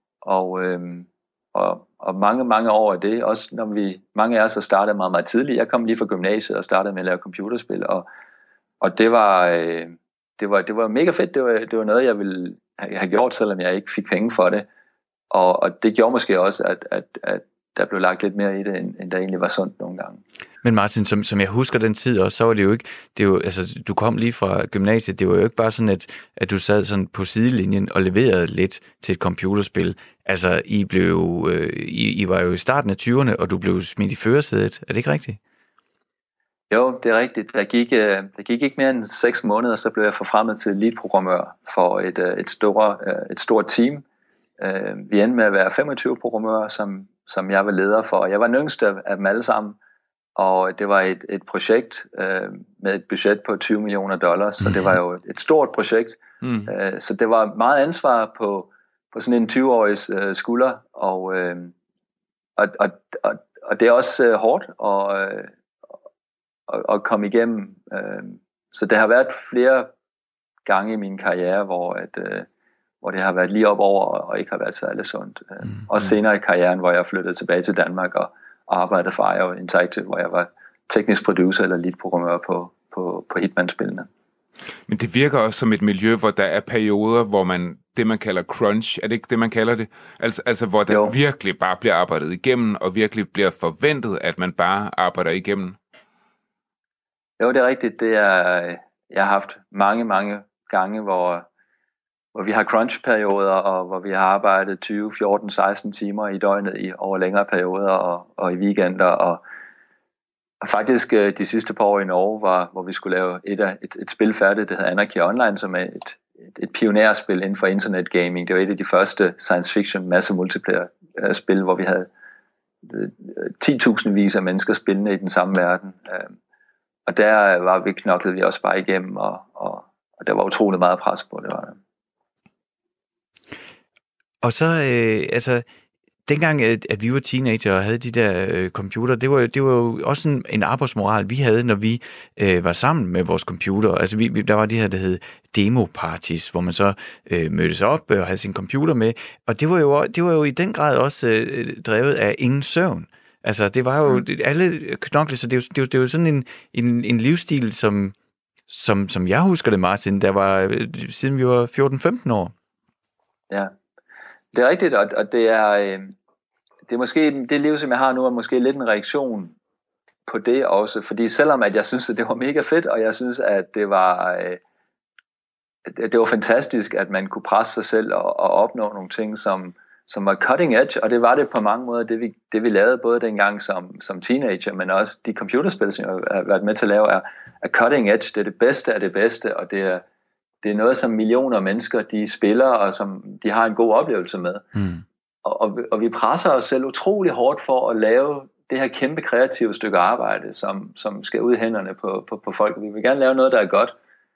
Og mange år af det, også når mange af os har startet meget, meget tidligt. Jeg kom lige fra gymnasiet og startede med at lave computerspil, og det var mega fedt. Det var noget, jeg ville have gjort, selvom jeg ikke fik penge for det. Og det gjorde måske også, at der blev lagt lidt mere i det, end der egentlig var sundt nogle gange. Men Martin, som jeg husker den tid også, så var det jo ikke, altså du kom lige fra gymnasiet, det var jo ikke bare sådan, at du sad sådan på sidelinjen og leverede lidt til et computerspil. Altså, I var jo i starten af 20'erne, og du blev smidt i førersædet. Er det ikke rigtigt? Jo, det er rigtigt. Der gik ikke mere end 6 måneder, så blev jeg forfremmet til lead-programmør for et stort team. Vi endte med at være 25 programmører, som jeg var leder for. Jeg var den yngste af dem alle sammen, og det var et projekt med et budget på $20 millioner, så det var jo et stort projekt. Så det var meget ansvar på sådan en 20-årigs skulder, og det er også hårdt at komme igennem. Så det har været flere gange i min karriere, hvor det har været lige op over og ikke har været særlig sundt. Også senere i karrieren, hvor jeg flyttede tilbage til Danmark og arbejdede for IO Interactive, hvor jeg var teknisk producer eller lead-programmør på Hitman-spillene. Men det virker også som et miljø, hvor der er perioder, hvor det man kalder crunch, er det ikke det, man kalder det? Altså hvor der virkelig bare bliver arbejdet igennem, og virkelig bliver forventet, at man bare arbejder igennem. Jo, det er rigtigt. Jeg har haft mange gange, hvor vi har crunch-perioder, og hvor vi har arbejdet 20, 14, 16 timer i døgnet over længere perioder og i weekender. Og faktisk de sidste par år i Norge, hvor vi skulle lave et spil færdigt, det hedder Anarchy Online, som er et pionerspil inden for internetgaming. Det var et af de første science fiction masse multiplayer spil, hvor vi havde 10.000 vis af mennesker spillende i den samme verden. Og der knoklede vi også bare igennem, og der var utrolig meget pres på det. Og så, dengang, at vi var teenager og havde de der computer, det var jo også en arbejdsmoral, vi havde, når vi var sammen med vores computer. Altså, der var de her, der hed demo-parties, hvor man så mødtes op og havde sin computer med. Og det var jo i den grad også drevet af ingen søvn. Altså, det var jo alle knokler, så det er jo sådan en livsstil, som jeg husker det, Martin, der var siden vi var 14-15 år. Ja, det er rigtigt, og det er måske, det liv, som jeg har nu, er måske lidt en reaktion på det også, fordi selvom at jeg synes, at det var mega fedt, og jeg synes, at det var fantastisk, at man kunne presse sig selv og opnå nogle ting, som var cutting edge, og det var det på mange måder, det vi lavede, både dengang som teenager, men også de computerspil, som jeg har været med til at lave, er cutting edge. Det er det bedste af det bedste, og det er noget, som millioner af mennesker, de spiller, og som de har en god oplevelse med. Og vi presser os selv utrolig hårdt for at lave det her kæmpe kreative stykke arbejde, som skal ud i hænderne på folk. Vi vil gerne lave noget, der er godt.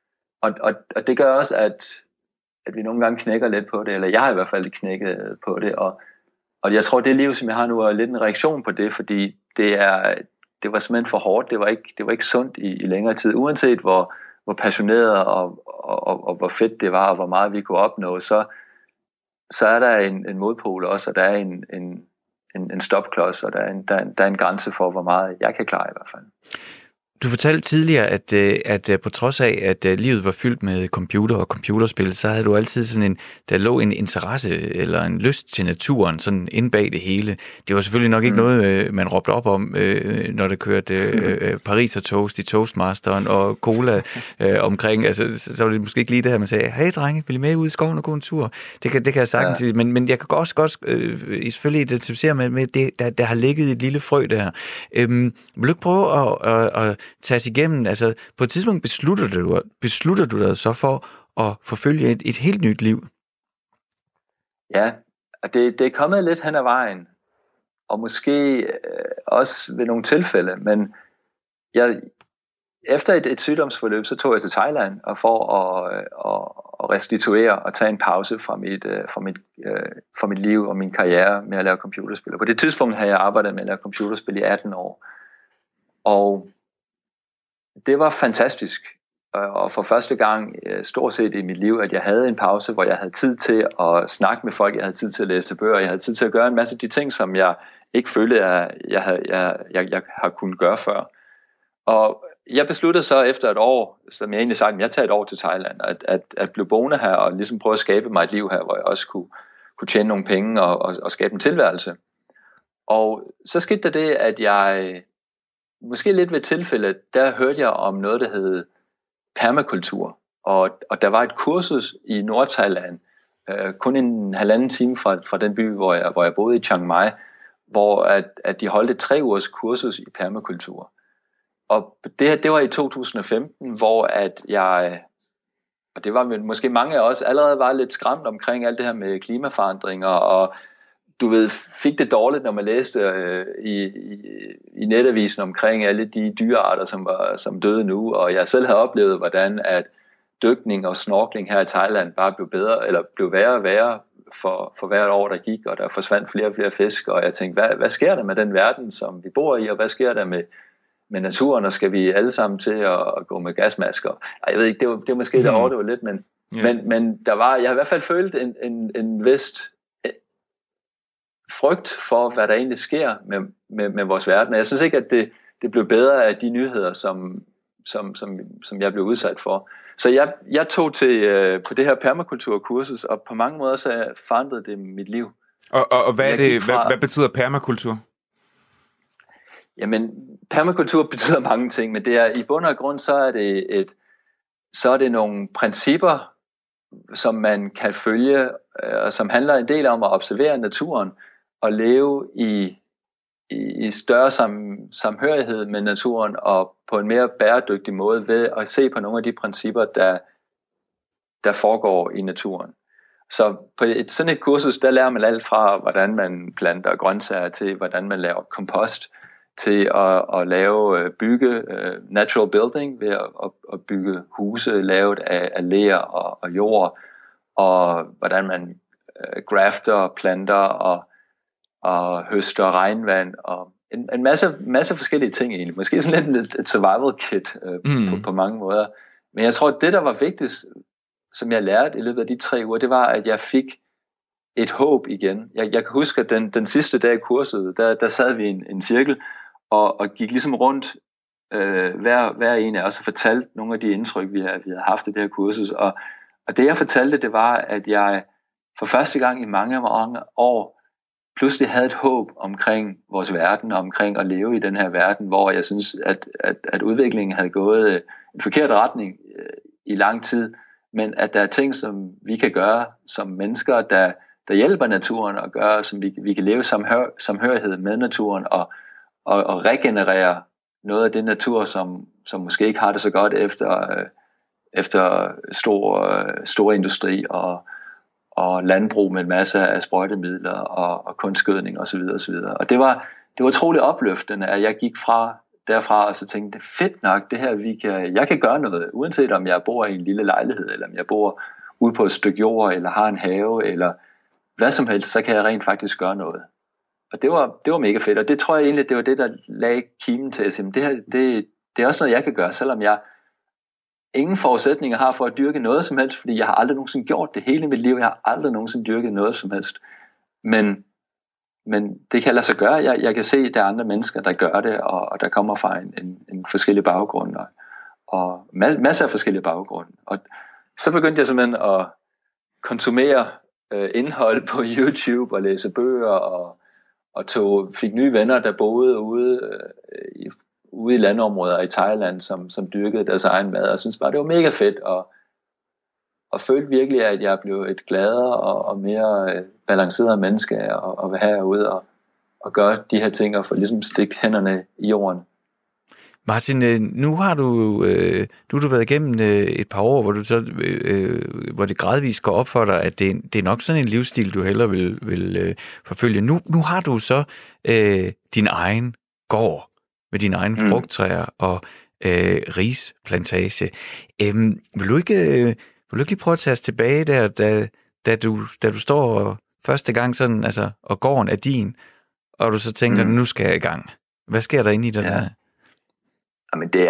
Og det gør også, at vi nogle gange knækker lidt på det, eller jeg har i hvert fald knækket på det, og jeg tror, det liv, som jeg har nu, er lidt en reaktion på det, fordi det var simpelthen for hårdt, det var ikke sundt i længere tid, uanset hvor passioneret og hvor fedt det var, og hvor meget vi kunne opnå, så er der en modpol også, og der er en stopklods, og der er en grænse for, hvor meget jeg kan klare i hvert fald. Du fortalte tidligere, at på trods af, at livet var fyldt med computer og computerspil, så havde du altid der lå en interesse eller en lyst til naturen, sådan inde bag det hele. Det var selvfølgelig nok ikke noget, man råbte op om, når der kørte Paris og toast i Toastmasteren og cola omkring. Altså, så var det måske ikke lige det her, man sagde, hey drenge, vil I med ud i skoven og gå en tur? Det kan jeg sagtens sige, men jeg kan også godt selvfølgelig identificere med det, der har ligget et lille frø der. Vil du ikke prøve at tage os igennem, altså på et tidspunkt beslutter du dig så for at forfølge et helt nyt liv? Ja, og det er kommet lidt hen ad vejen, og måske også ved nogle tilfælde, men efter et sygdomsforløb, så tog jeg til Thailand og for at restituere og tage en pause fra mit liv og min karriere med at lave computerspil. Og på det tidspunkt havde jeg arbejdet med at lave computerspil i 18 år, og det var fantastisk, og for første gang stort set i mit liv, at jeg havde en pause, hvor jeg havde tid til at snakke med folk, jeg havde tid til at læse bøger, jeg havde tid til at gøre en masse af de ting, som jeg ikke følte, at jeg har kunnet gøre før. Og jeg besluttede så efter et år, som jeg egentlig sagde, at jeg tager et år til Thailand, at blive boende her og ligesom prøve at skabe mig et liv her, hvor jeg også kunne tjene nogle penge og skabe en tilværelse. Og så skete der det, at jeg måske lidt ved tilfælde, der hørte jeg om noget, der hed permakultur. Og der var et kursus i Nordthailand, kun en halvanden time fra den by, hvor jeg boede i Chiang Mai, hvor at de holdt et 3 ugers kursus i permakultur. Og det var i 2015, hvor at jeg, og det var måske mange af os, allerede var lidt skræmt omkring alt det her med klimaforandringer, og du ved, fik det dårligt, når man læste i netavisen omkring alle de dyrearter, som døde nu, og jeg selv havde oplevet, hvordan at dykning og snorkling her i Thailand bare blev bedre, eller blev værre og værre for hvert år, der gik, og der forsvandt flere og flere fisk, og jeg tænkte, hvad sker der med den verden, som vi bor i, og hvad sker der med naturen, og skal vi alle sammen til at gå med gasmasker? Ej, jeg ved ikke, det var måske der overdrevet lidt, men der var, jeg har i hvert fald følt en vist frygt for, hvad der egentlig sker med vores verden. Og jeg synes ikke, at det blev bedre af de nyheder, som jeg blev udsat for. Så jeg tog til på det her permakulturkursus, og på mange måder så forandrede det mit liv. Og hvad er det? Hvad betyder permakultur? Jamen, permakultur betyder mange ting, men det er i bund og grund, så er det nogle principper, som man kan følge, og som handler en del om at observere naturen og leve i større samhørighed med naturen og på en mere bæredygtig måde ved at se på nogle af de principper, der foregår i naturen. Så på sådan et kursus, der lærer man alt fra, hvordan man planter grøntsager til, hvordan man laver kompost, til at bygge natural building ved at bygge huse lavet af ler og jord, og hvordan man grafter planter og høster regnvand og en masse forskellige ting egentlig. Måske sådan lidt et survival kit på mange måder. Men jeg tror, at det, der var vigtigst, som jeg lærte i løbet af de 3 uger, det var, at jeg fik et håb igen. Jeg kan huske, at den sidste dag i kurset, der sad vi i en cirkel, og gik ligesom rundt hver en af os og fortalte nogle af de indtryk, vi havde haft i det her kursus. Og det jeg fortalte, det var, at jeg for første gang i mange år pludselig havde et håb omkring vores verden, og omkring at leve i den her verden, hvor jeg synes, at udviklingen havde gået en forkert retning i lang tid, men at der er ting, som vi kan gøre som mennesker, der hjælper naturen, og gøre, som vi kan leve samhørighed med naturen, og regenerere noget af det natur, som måske ikke har det så godt efter stor industri og landbrug med en masse af sprøjtemidler og kunstgødning osv. Og det var utroligt opløftende, at jeg gik derfra og så tænkte, det er fedt nok, det her jeg kan gøre noget, uanset om jeg bor i en lille lejlighed, eller om jeg bor ude på et stykke jord, eller har en have, eller hvad som helst, så kan jeg rent faktisk gøre noget. Og det var mega fedt, og det tror jeg egentlig, det var det, der lagde kimen til at sige, det er også noget, jeg kan gøre, selvom jeg ingen forudsætninger har for at dyrke noget som helst, fordi jeg har aldrig nogensinde gjort det hele i mit liv, jeg har aldrig nogensinde dyrket noget som helst, men det kan lade sig gøre. Jeg kan se, at der er andre mennesker, der gør det, og der kommer fra en forskellig baggrund, og masser af forskellige baggrunde. Og så begyndte jeg simpelthen at konsumere indhold på YouTube og læse bøger, og fik nye venner, der boede ude i landområder i Thailand, som dyrkede deres egen mad, og synes bare, det var mega fedt, og følte virkelig, at jeg blev et gladere og mere balanceret menneske, og være herude og gøre de her ting, og få ligesom stikke hænderne i jorden. Martin, nu har du været igennem et par år, hvor det gradvist går op for dig, at det er nok sådan en livsstil, du hellere vil forfølge. Nu har du så din egen gård med dine egne frugttræer og risplantage. Vil du ikke lige prøve at tage os tilbage der, da du står første gang sådan, altså, og gården er din, og du så tænker, nu skal jeg i gang. Hvad sker der inde i den her? Jamen det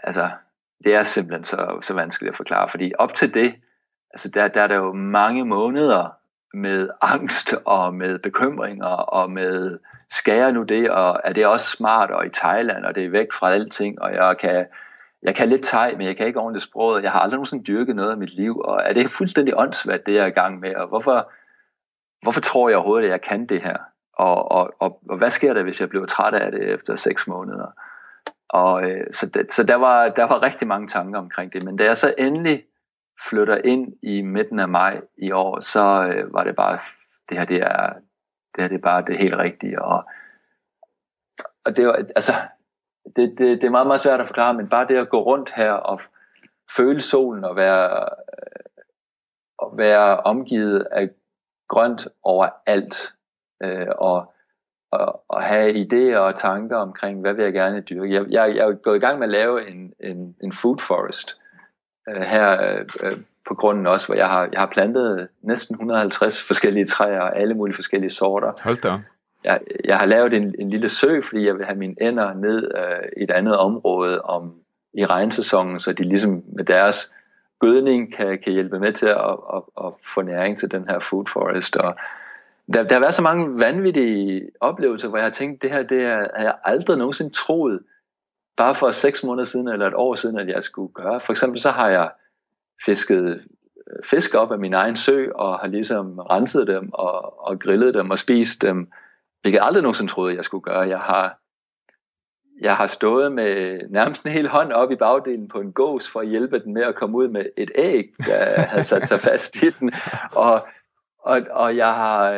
er simpelthen så vanskeligt at forklare, fordi op til det, altså der er der jo mange måneder med angst og med bekymringer og med, skal jeg nu det, og er det også smart, og i Thailand, og det er væk fra alting, og jeg kan lidt thai, men jeg kan ikke ordentligt sproget, jeg har aldrig nogensinde dyrket noget af mit liv, og er det fuldstændig åndssvagt, det jeg er i gang med, og hvorfor tror jeg overhovedet, at jeg kan det her, og hvad sker der, hvis jeg bliver træt af det efter 6 måneder? Og så der var rigtig mange tanker omkring det, men da jeg så endelig flytter ind i midten af maj i år, så var det bare, det her er bare det helt rigtige, og det var, altså, det er meget, meget svært at forklare, men bare det at gå rundt her og føle solen og være omgivet af grønt overalt, og have idéer og tanker omkring, hvad vil jeg gerne dyrke. Jeg er gået i gang med at lave en food forest her på grunden også, hvor jeg har plantet næsten 150 forskellige træer og alle mulige forskellige sorter. Hold da. Jeg har lavet en lille sø, fordi jeg vil have mine ænder ned i et andet område i regnsæsonen, så de ligesom med deres gødning kan hjælpe med til at få næring til den her food forest. Og der har været så mange vanvittige oplevelser, hvor jeg har tænkt, det har jeg aldrig nogensinde troet, bare for 6 måneder siden eller et år siden, at jeg skulle gøre. For eksempel så har jeg fisket fisk op af min egen sø, og har ligesom renset dem og grillet dem og spist dem, hvilket jeg aldrig nogensinde troede, jeg skulle gøre. Jeg har stået med nærmest en hel hånd op i bagdelen på en gås for at hjælpe den med at komme ud med et æg, der havde sat sig fast i den. Og jeg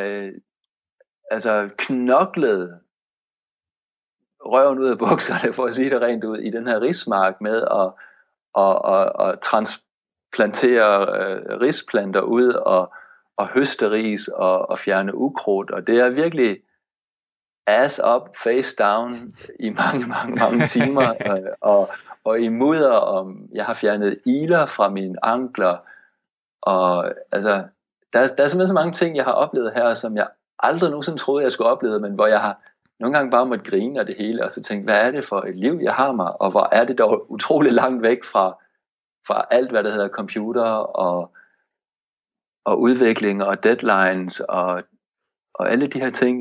har knoklet røven ud af bukserne, for at sige det rent ud, i den her rismark med at transplantere risplanter ud og høste ris og fjerne ukrudt. Og det er virkelig ass up, face down i mange, mange, mange timer, og i mudder, og jeg har fjernet iler fra mine ankler, og altså, der er simpelthen så mange ting, jeg har oplevet her, som jeg aldrig nogensinde troede, jeg skulle opleve, men hvor jeg har nogle gange bare måtte grine af det hele, og så tænke, hvad er det for et liv, jeg har mig, og hvor er det dog utrolig langt væk fra alt, hvad der hedder computer, og udvikling, og deadlines, og alle de her ting,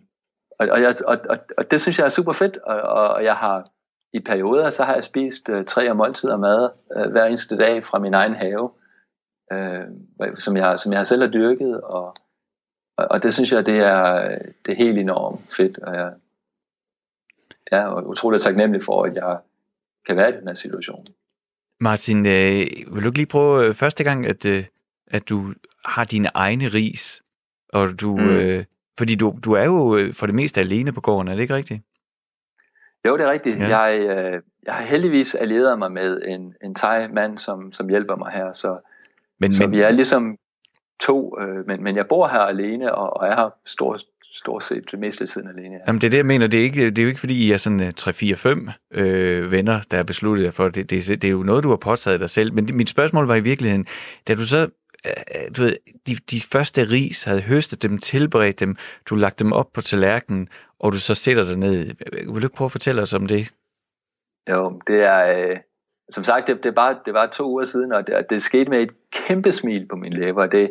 og det synes jeg er super fedt, og jeg har i perioder, så har jeg spist 3 måltider mad hver eneste dag fra min egen have, som jeg selv har dyrket, og det synes jeg, det er helt enormt fedt, og jeg er utroligt taknemmelig for, at jeg kan være i den her situation. Martin, vil du ikke lige prøve første gang, at du har dine egne ris, og du... Fordi du er jo for det meste alene på gården, er det ikke rigtigt? Jo, det er rigtigt. Ja. Jeg har heldigvis allieret mig med en thai-mand, som hjælper mig her. Så vi er ligesom 2, men jeg bor her alene, og er her stort set det meste af tiden alene. Ja. Jamen det er det, jeg mener. Det er jo ikke fordi, I er sådan 3-4-5 venner, der er besluttet jer for. Det er jo noget, du har påtaget dig selv. Men mit spørgsmål var i virkeligheden, da du så... Du ved, de første ris havde høstet dem, tilberedt dem, du lagt dem op på tallerkenen, og du så sætter dig ned. Vil du ikke prøve at fortælle os om det? Jo, det er, som sagt, det var 2 uger siden, og det skete med et kæmpe smil på mine læber.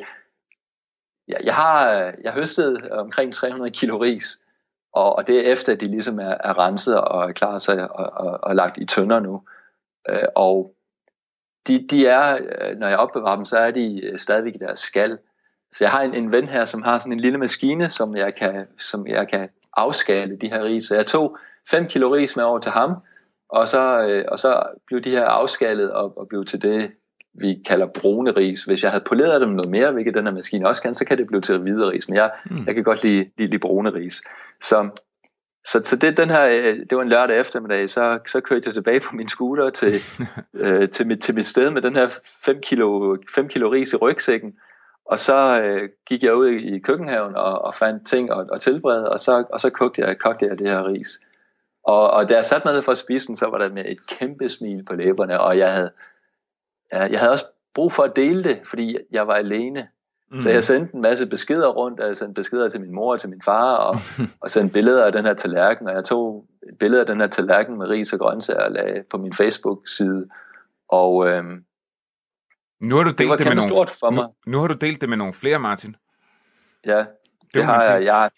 Jeg høstede omkring 300 kilo ris, og det er efter, at de ligesom er renset og er klar sig og lagt i tønder nu. Og de er, når jeg opbevarer dem, så er de stadigvæk i deres skal. Så jeg har en ven her, som har sådan en lille maskine, som jeg kan afskale de her ris. Så jeg tog 5 kilo ris med over til ham, og så blev de her afskalet og blev til det, vi kalder brune ris. Hvis jeg havde poleret dem noget mere, hvilket den her maskine også kan, så kan det blive til hvide ris. Men jeg kan godt lide brune ris. Så det var en lørdag eftermiddag, så kørte jeg tilbage på min scooter til mit sted med den her 5 kilo ris i rygsækken, og så gik jeg ud i køkkenhaven og fandt ting og tilberedte, og så kogte jeg det her ris. Og da jeg satte mig ned for at spise den, så var der med et kæmpe smil på læberne, og jeg havde også brug for at dele det, fordi jeg var alene. Så jeg sendte en masse beskeder rundt, jeg sendte beskeder til min mor og til min far, og sendte billeder af den her tallerken, og jeg tog et billede af den her tallerken med ris og grøntsager og lagde på min Facebook-side, og nu har du delt det var kæmpe stort for mig. Nu har du delt det med nogle flere, Martin. Ja, det har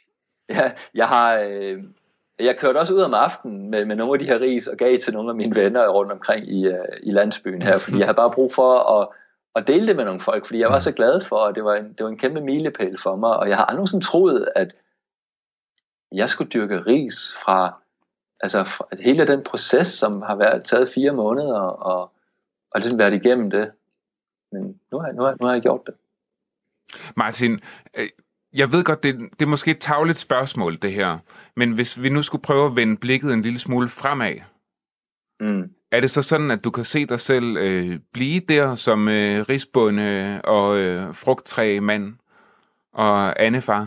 jeg. Jeg kørte også ud om aftenen med nogle af de her ris og gav til nogle af mine venner rundt omkring i landsbyen her, fordi jeg havde bare brug for at dele det med nogle folk, fordi jeg var så glad for, at det var en kæmpe milepæl for mig, og jeg har aldrig sådan troet, at jeg skulle dyrke ris fra hele den proces, som har været taget 4 måneder, og ligesom været igennem det. Men nu har jeg gjort det. Martin, jeg ved godt, det er måske et tarveligt spørgsmål, det her, men hvis vi nu skulle prøve at vende blikket en lille smule fremad, er det så sådan, at du kan se dig selv blive der som risbonde og frugttræmand og andefar?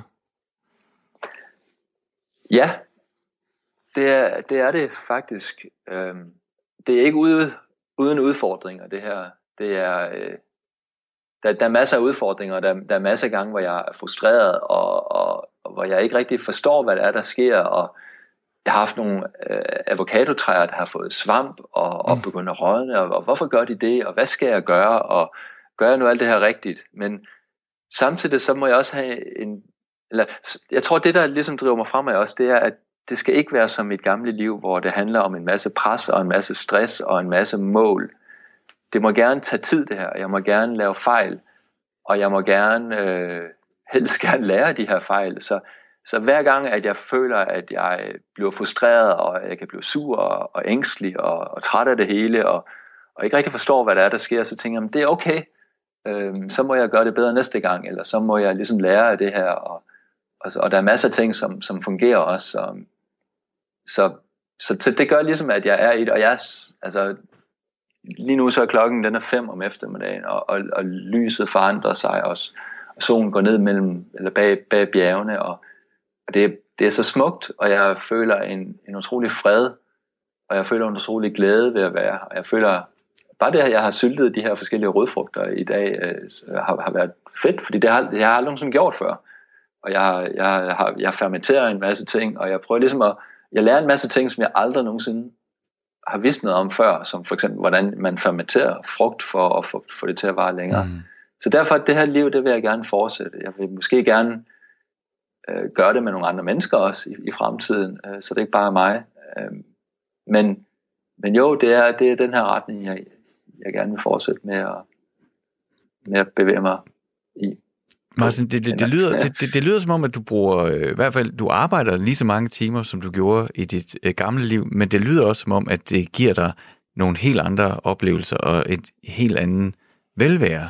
Ja, det er det faktisk. Det er ikke uden udfordringer, det her. Det er, der er masser af udfordringer, der er masser af gange, hvor jeg er frustreret, og hvor jeg ikke rigtig forstår, hvad det er, der sker, og jeg har haft nogle avocadotræer, der har fået svamp og begyndt at rådne, og hvorfor gør de det, og hvad skal jeg gøre, og gør jeg nu alt det her rigtigt? Men samtidig så må jeg også have jeg tror, det der ligesom driver mig fremad også, det er, at det skal ikke være som mit gamle liv, hvor det handler om en masse pres og en masse stress og en masse mål. Det må gerne tage tid, det her. Jeg må gerne lave fejl, og jeg må helst gerne lære de her fejl. Så hver gang, at jeg føler, at jeg bliver frustreret, og jeg kan blive sur og ængstelig og træt af det hele, og ikke rigtig forstår, hvad der er, der sker, så tænker jeg, det er okay. Så må jeg gøre det bedre næste gang, eller så må jeg ligesom lære af det her, og der er masser af ting, som fungerer også. Så det gør ligesom, at jeg er i det, og lige nu så er klokken, den er 5 om eftermiddagen, og lyset forandrer sig også, og solen går ned bag bjergene, og det er så smukt, og jeg føler en utrolig fred, og jeg føler en utrolig glæde ved at være, og jeg føler, bare det her, jeg har syltet de her forskellige rødfrugter i dag, har været fedt, fordi det har jeg aldrig nogensinde gjort før, og jeg fermenterer en masse ting, og jeg prøver ligesom jeg lærer en masse ting, som jeg aldrig nogensinde har vidst noget om før, som for eksempel, hvordan man fermenterer frugt for at få det til at vare længere. Så derfor, det her liv, det vil jeg gerne fortsætte. Jeg vil måske gerne gøre det med nogle andre mennesker også i fremtiden, så det er ikke bare mig. Men jo, det er den her retning, jeg gerne vil fortsætte med at bevæge mig i. Martin, det lyder som om, at du bruger, i hvert fald, du arbejder lige så mange timer, som du gjorde i dit gamle liv, men det lyder også som om, at det giver dig nogle helt andre oplevelser og et helt andet velvære.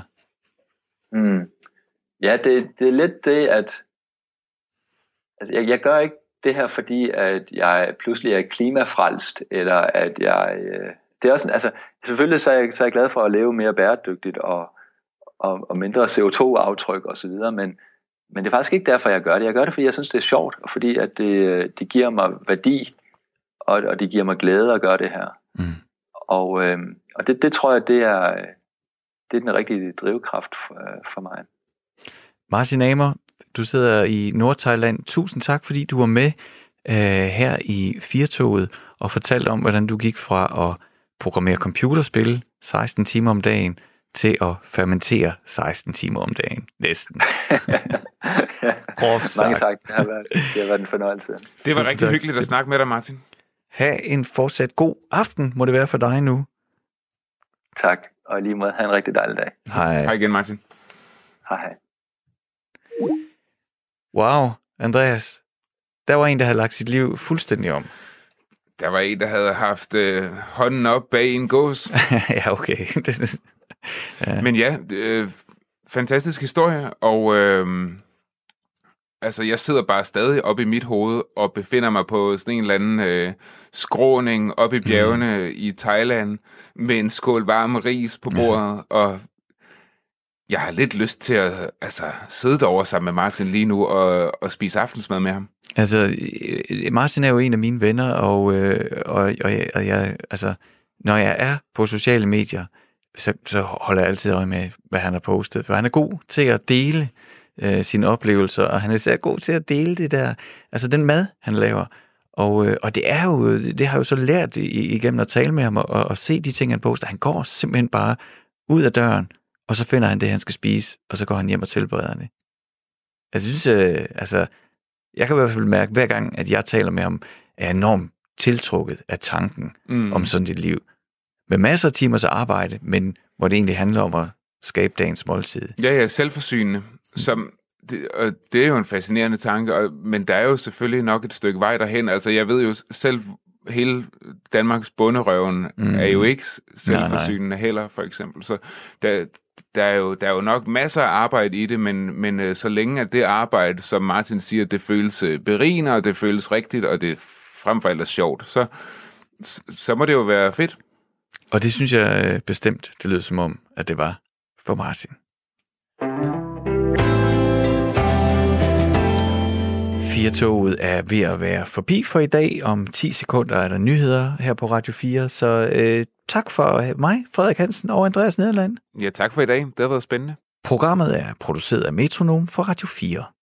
Ja, det er lidt det, at jeg gør ikke det her, fordi at jeg pludselig er klimafrelst, eller at jeg... det er også, selvfølgelig så er jeg glad for at leve mere bæredygtigt og mindre CO2-aftryk og så videre, men det er faktisk ikke derfor, jeg gør det. Jeg gør det, fordi jeg synes, det er sjovt, og fordi at det giver mig værdi, og det giver mig glæde at gøre det her. Og det tror jeg, det er den rigtige drivkraft for mig. Martin Amer, du sidder i Nordthailand. Tusind tak, fordi du var med her i Firtoget og fortalte om, hvordan du gik fra at programmere computerspil 16 timer om dagen til at fermentere 16 timer om dagen. Næsten. Mange tak. Det har været en fornøjelse. Det var rigtig hyggeligt at snakke med dig, Martin. Ha' en fortsat god aften, må det være for dig nu. Tak, og lige måde have en rigtig dejlig dag. Hej. Hej igen, Martin. Hej. Wow, Andreas. Der var en, der havde lagt sit liv fuldstændig om. Der var en, der havde haft hånden op bag en gås. Ja, okay. Ja. Men ja, fantastisk historie, og jeg sidder bare stadig oppe i mit hoved og befinder mig på sådan en eller anden skråning oppe i bjergene i Thailand med en skål varm ris på bordet, og jeg har lidt lyst til at sidde derovre sammen med Martin lige nu og spise aftensmad med ham. Martin er jo en af mine venner, og jeg, når jeg er på sociale medier, så holder jeg altid øje med, hvad han har postet, for han er god til at dele sine oplevelser, og han er især god til at dele det der, den mad, han laver. Og det har jo så lært igennem at tale med ham og se de ting, han poster. Han går simpelthen bare ud af døren, og så finder han det, han skal spise, og så går han hjem og tilbereder det. Jeg synes, jeg kan i hvert fald mærke, hver gang, at jeg taler med ham, er enormt tiltrukket af tanken om sådan et liv. Med masser af timers arbejde, men hvor det egentlig handler om at skabe dagens måltid. Ja, selvforsynende. Det er jo en fascinerende tanke, men der er jo selvfølgelig nok et stykke vej derhen. Jeg ved jo selv, hele Danmarks bonderøven er jo ikke selvforsynende heller, for eksempel. Så der er jo nok masser af arbejde i det, men så længe at det arbejde, som Martin siger, det føles berigende, og det føles rigtigt, og det frem for alt er sjovt, så må det jo være fedt. Og det synes jeg bestemt, det lød som om, at det var for Martin. Firtoget er ved at være forbi for i dag. Om 10 sekunder er der nyheder her på Radio 4. Så tak for mig, Frederik Hansen og Andreas Nederland. Ja, tak for i dag. Det har været spændende. Programmet er produceret af Metronom for Radio 4.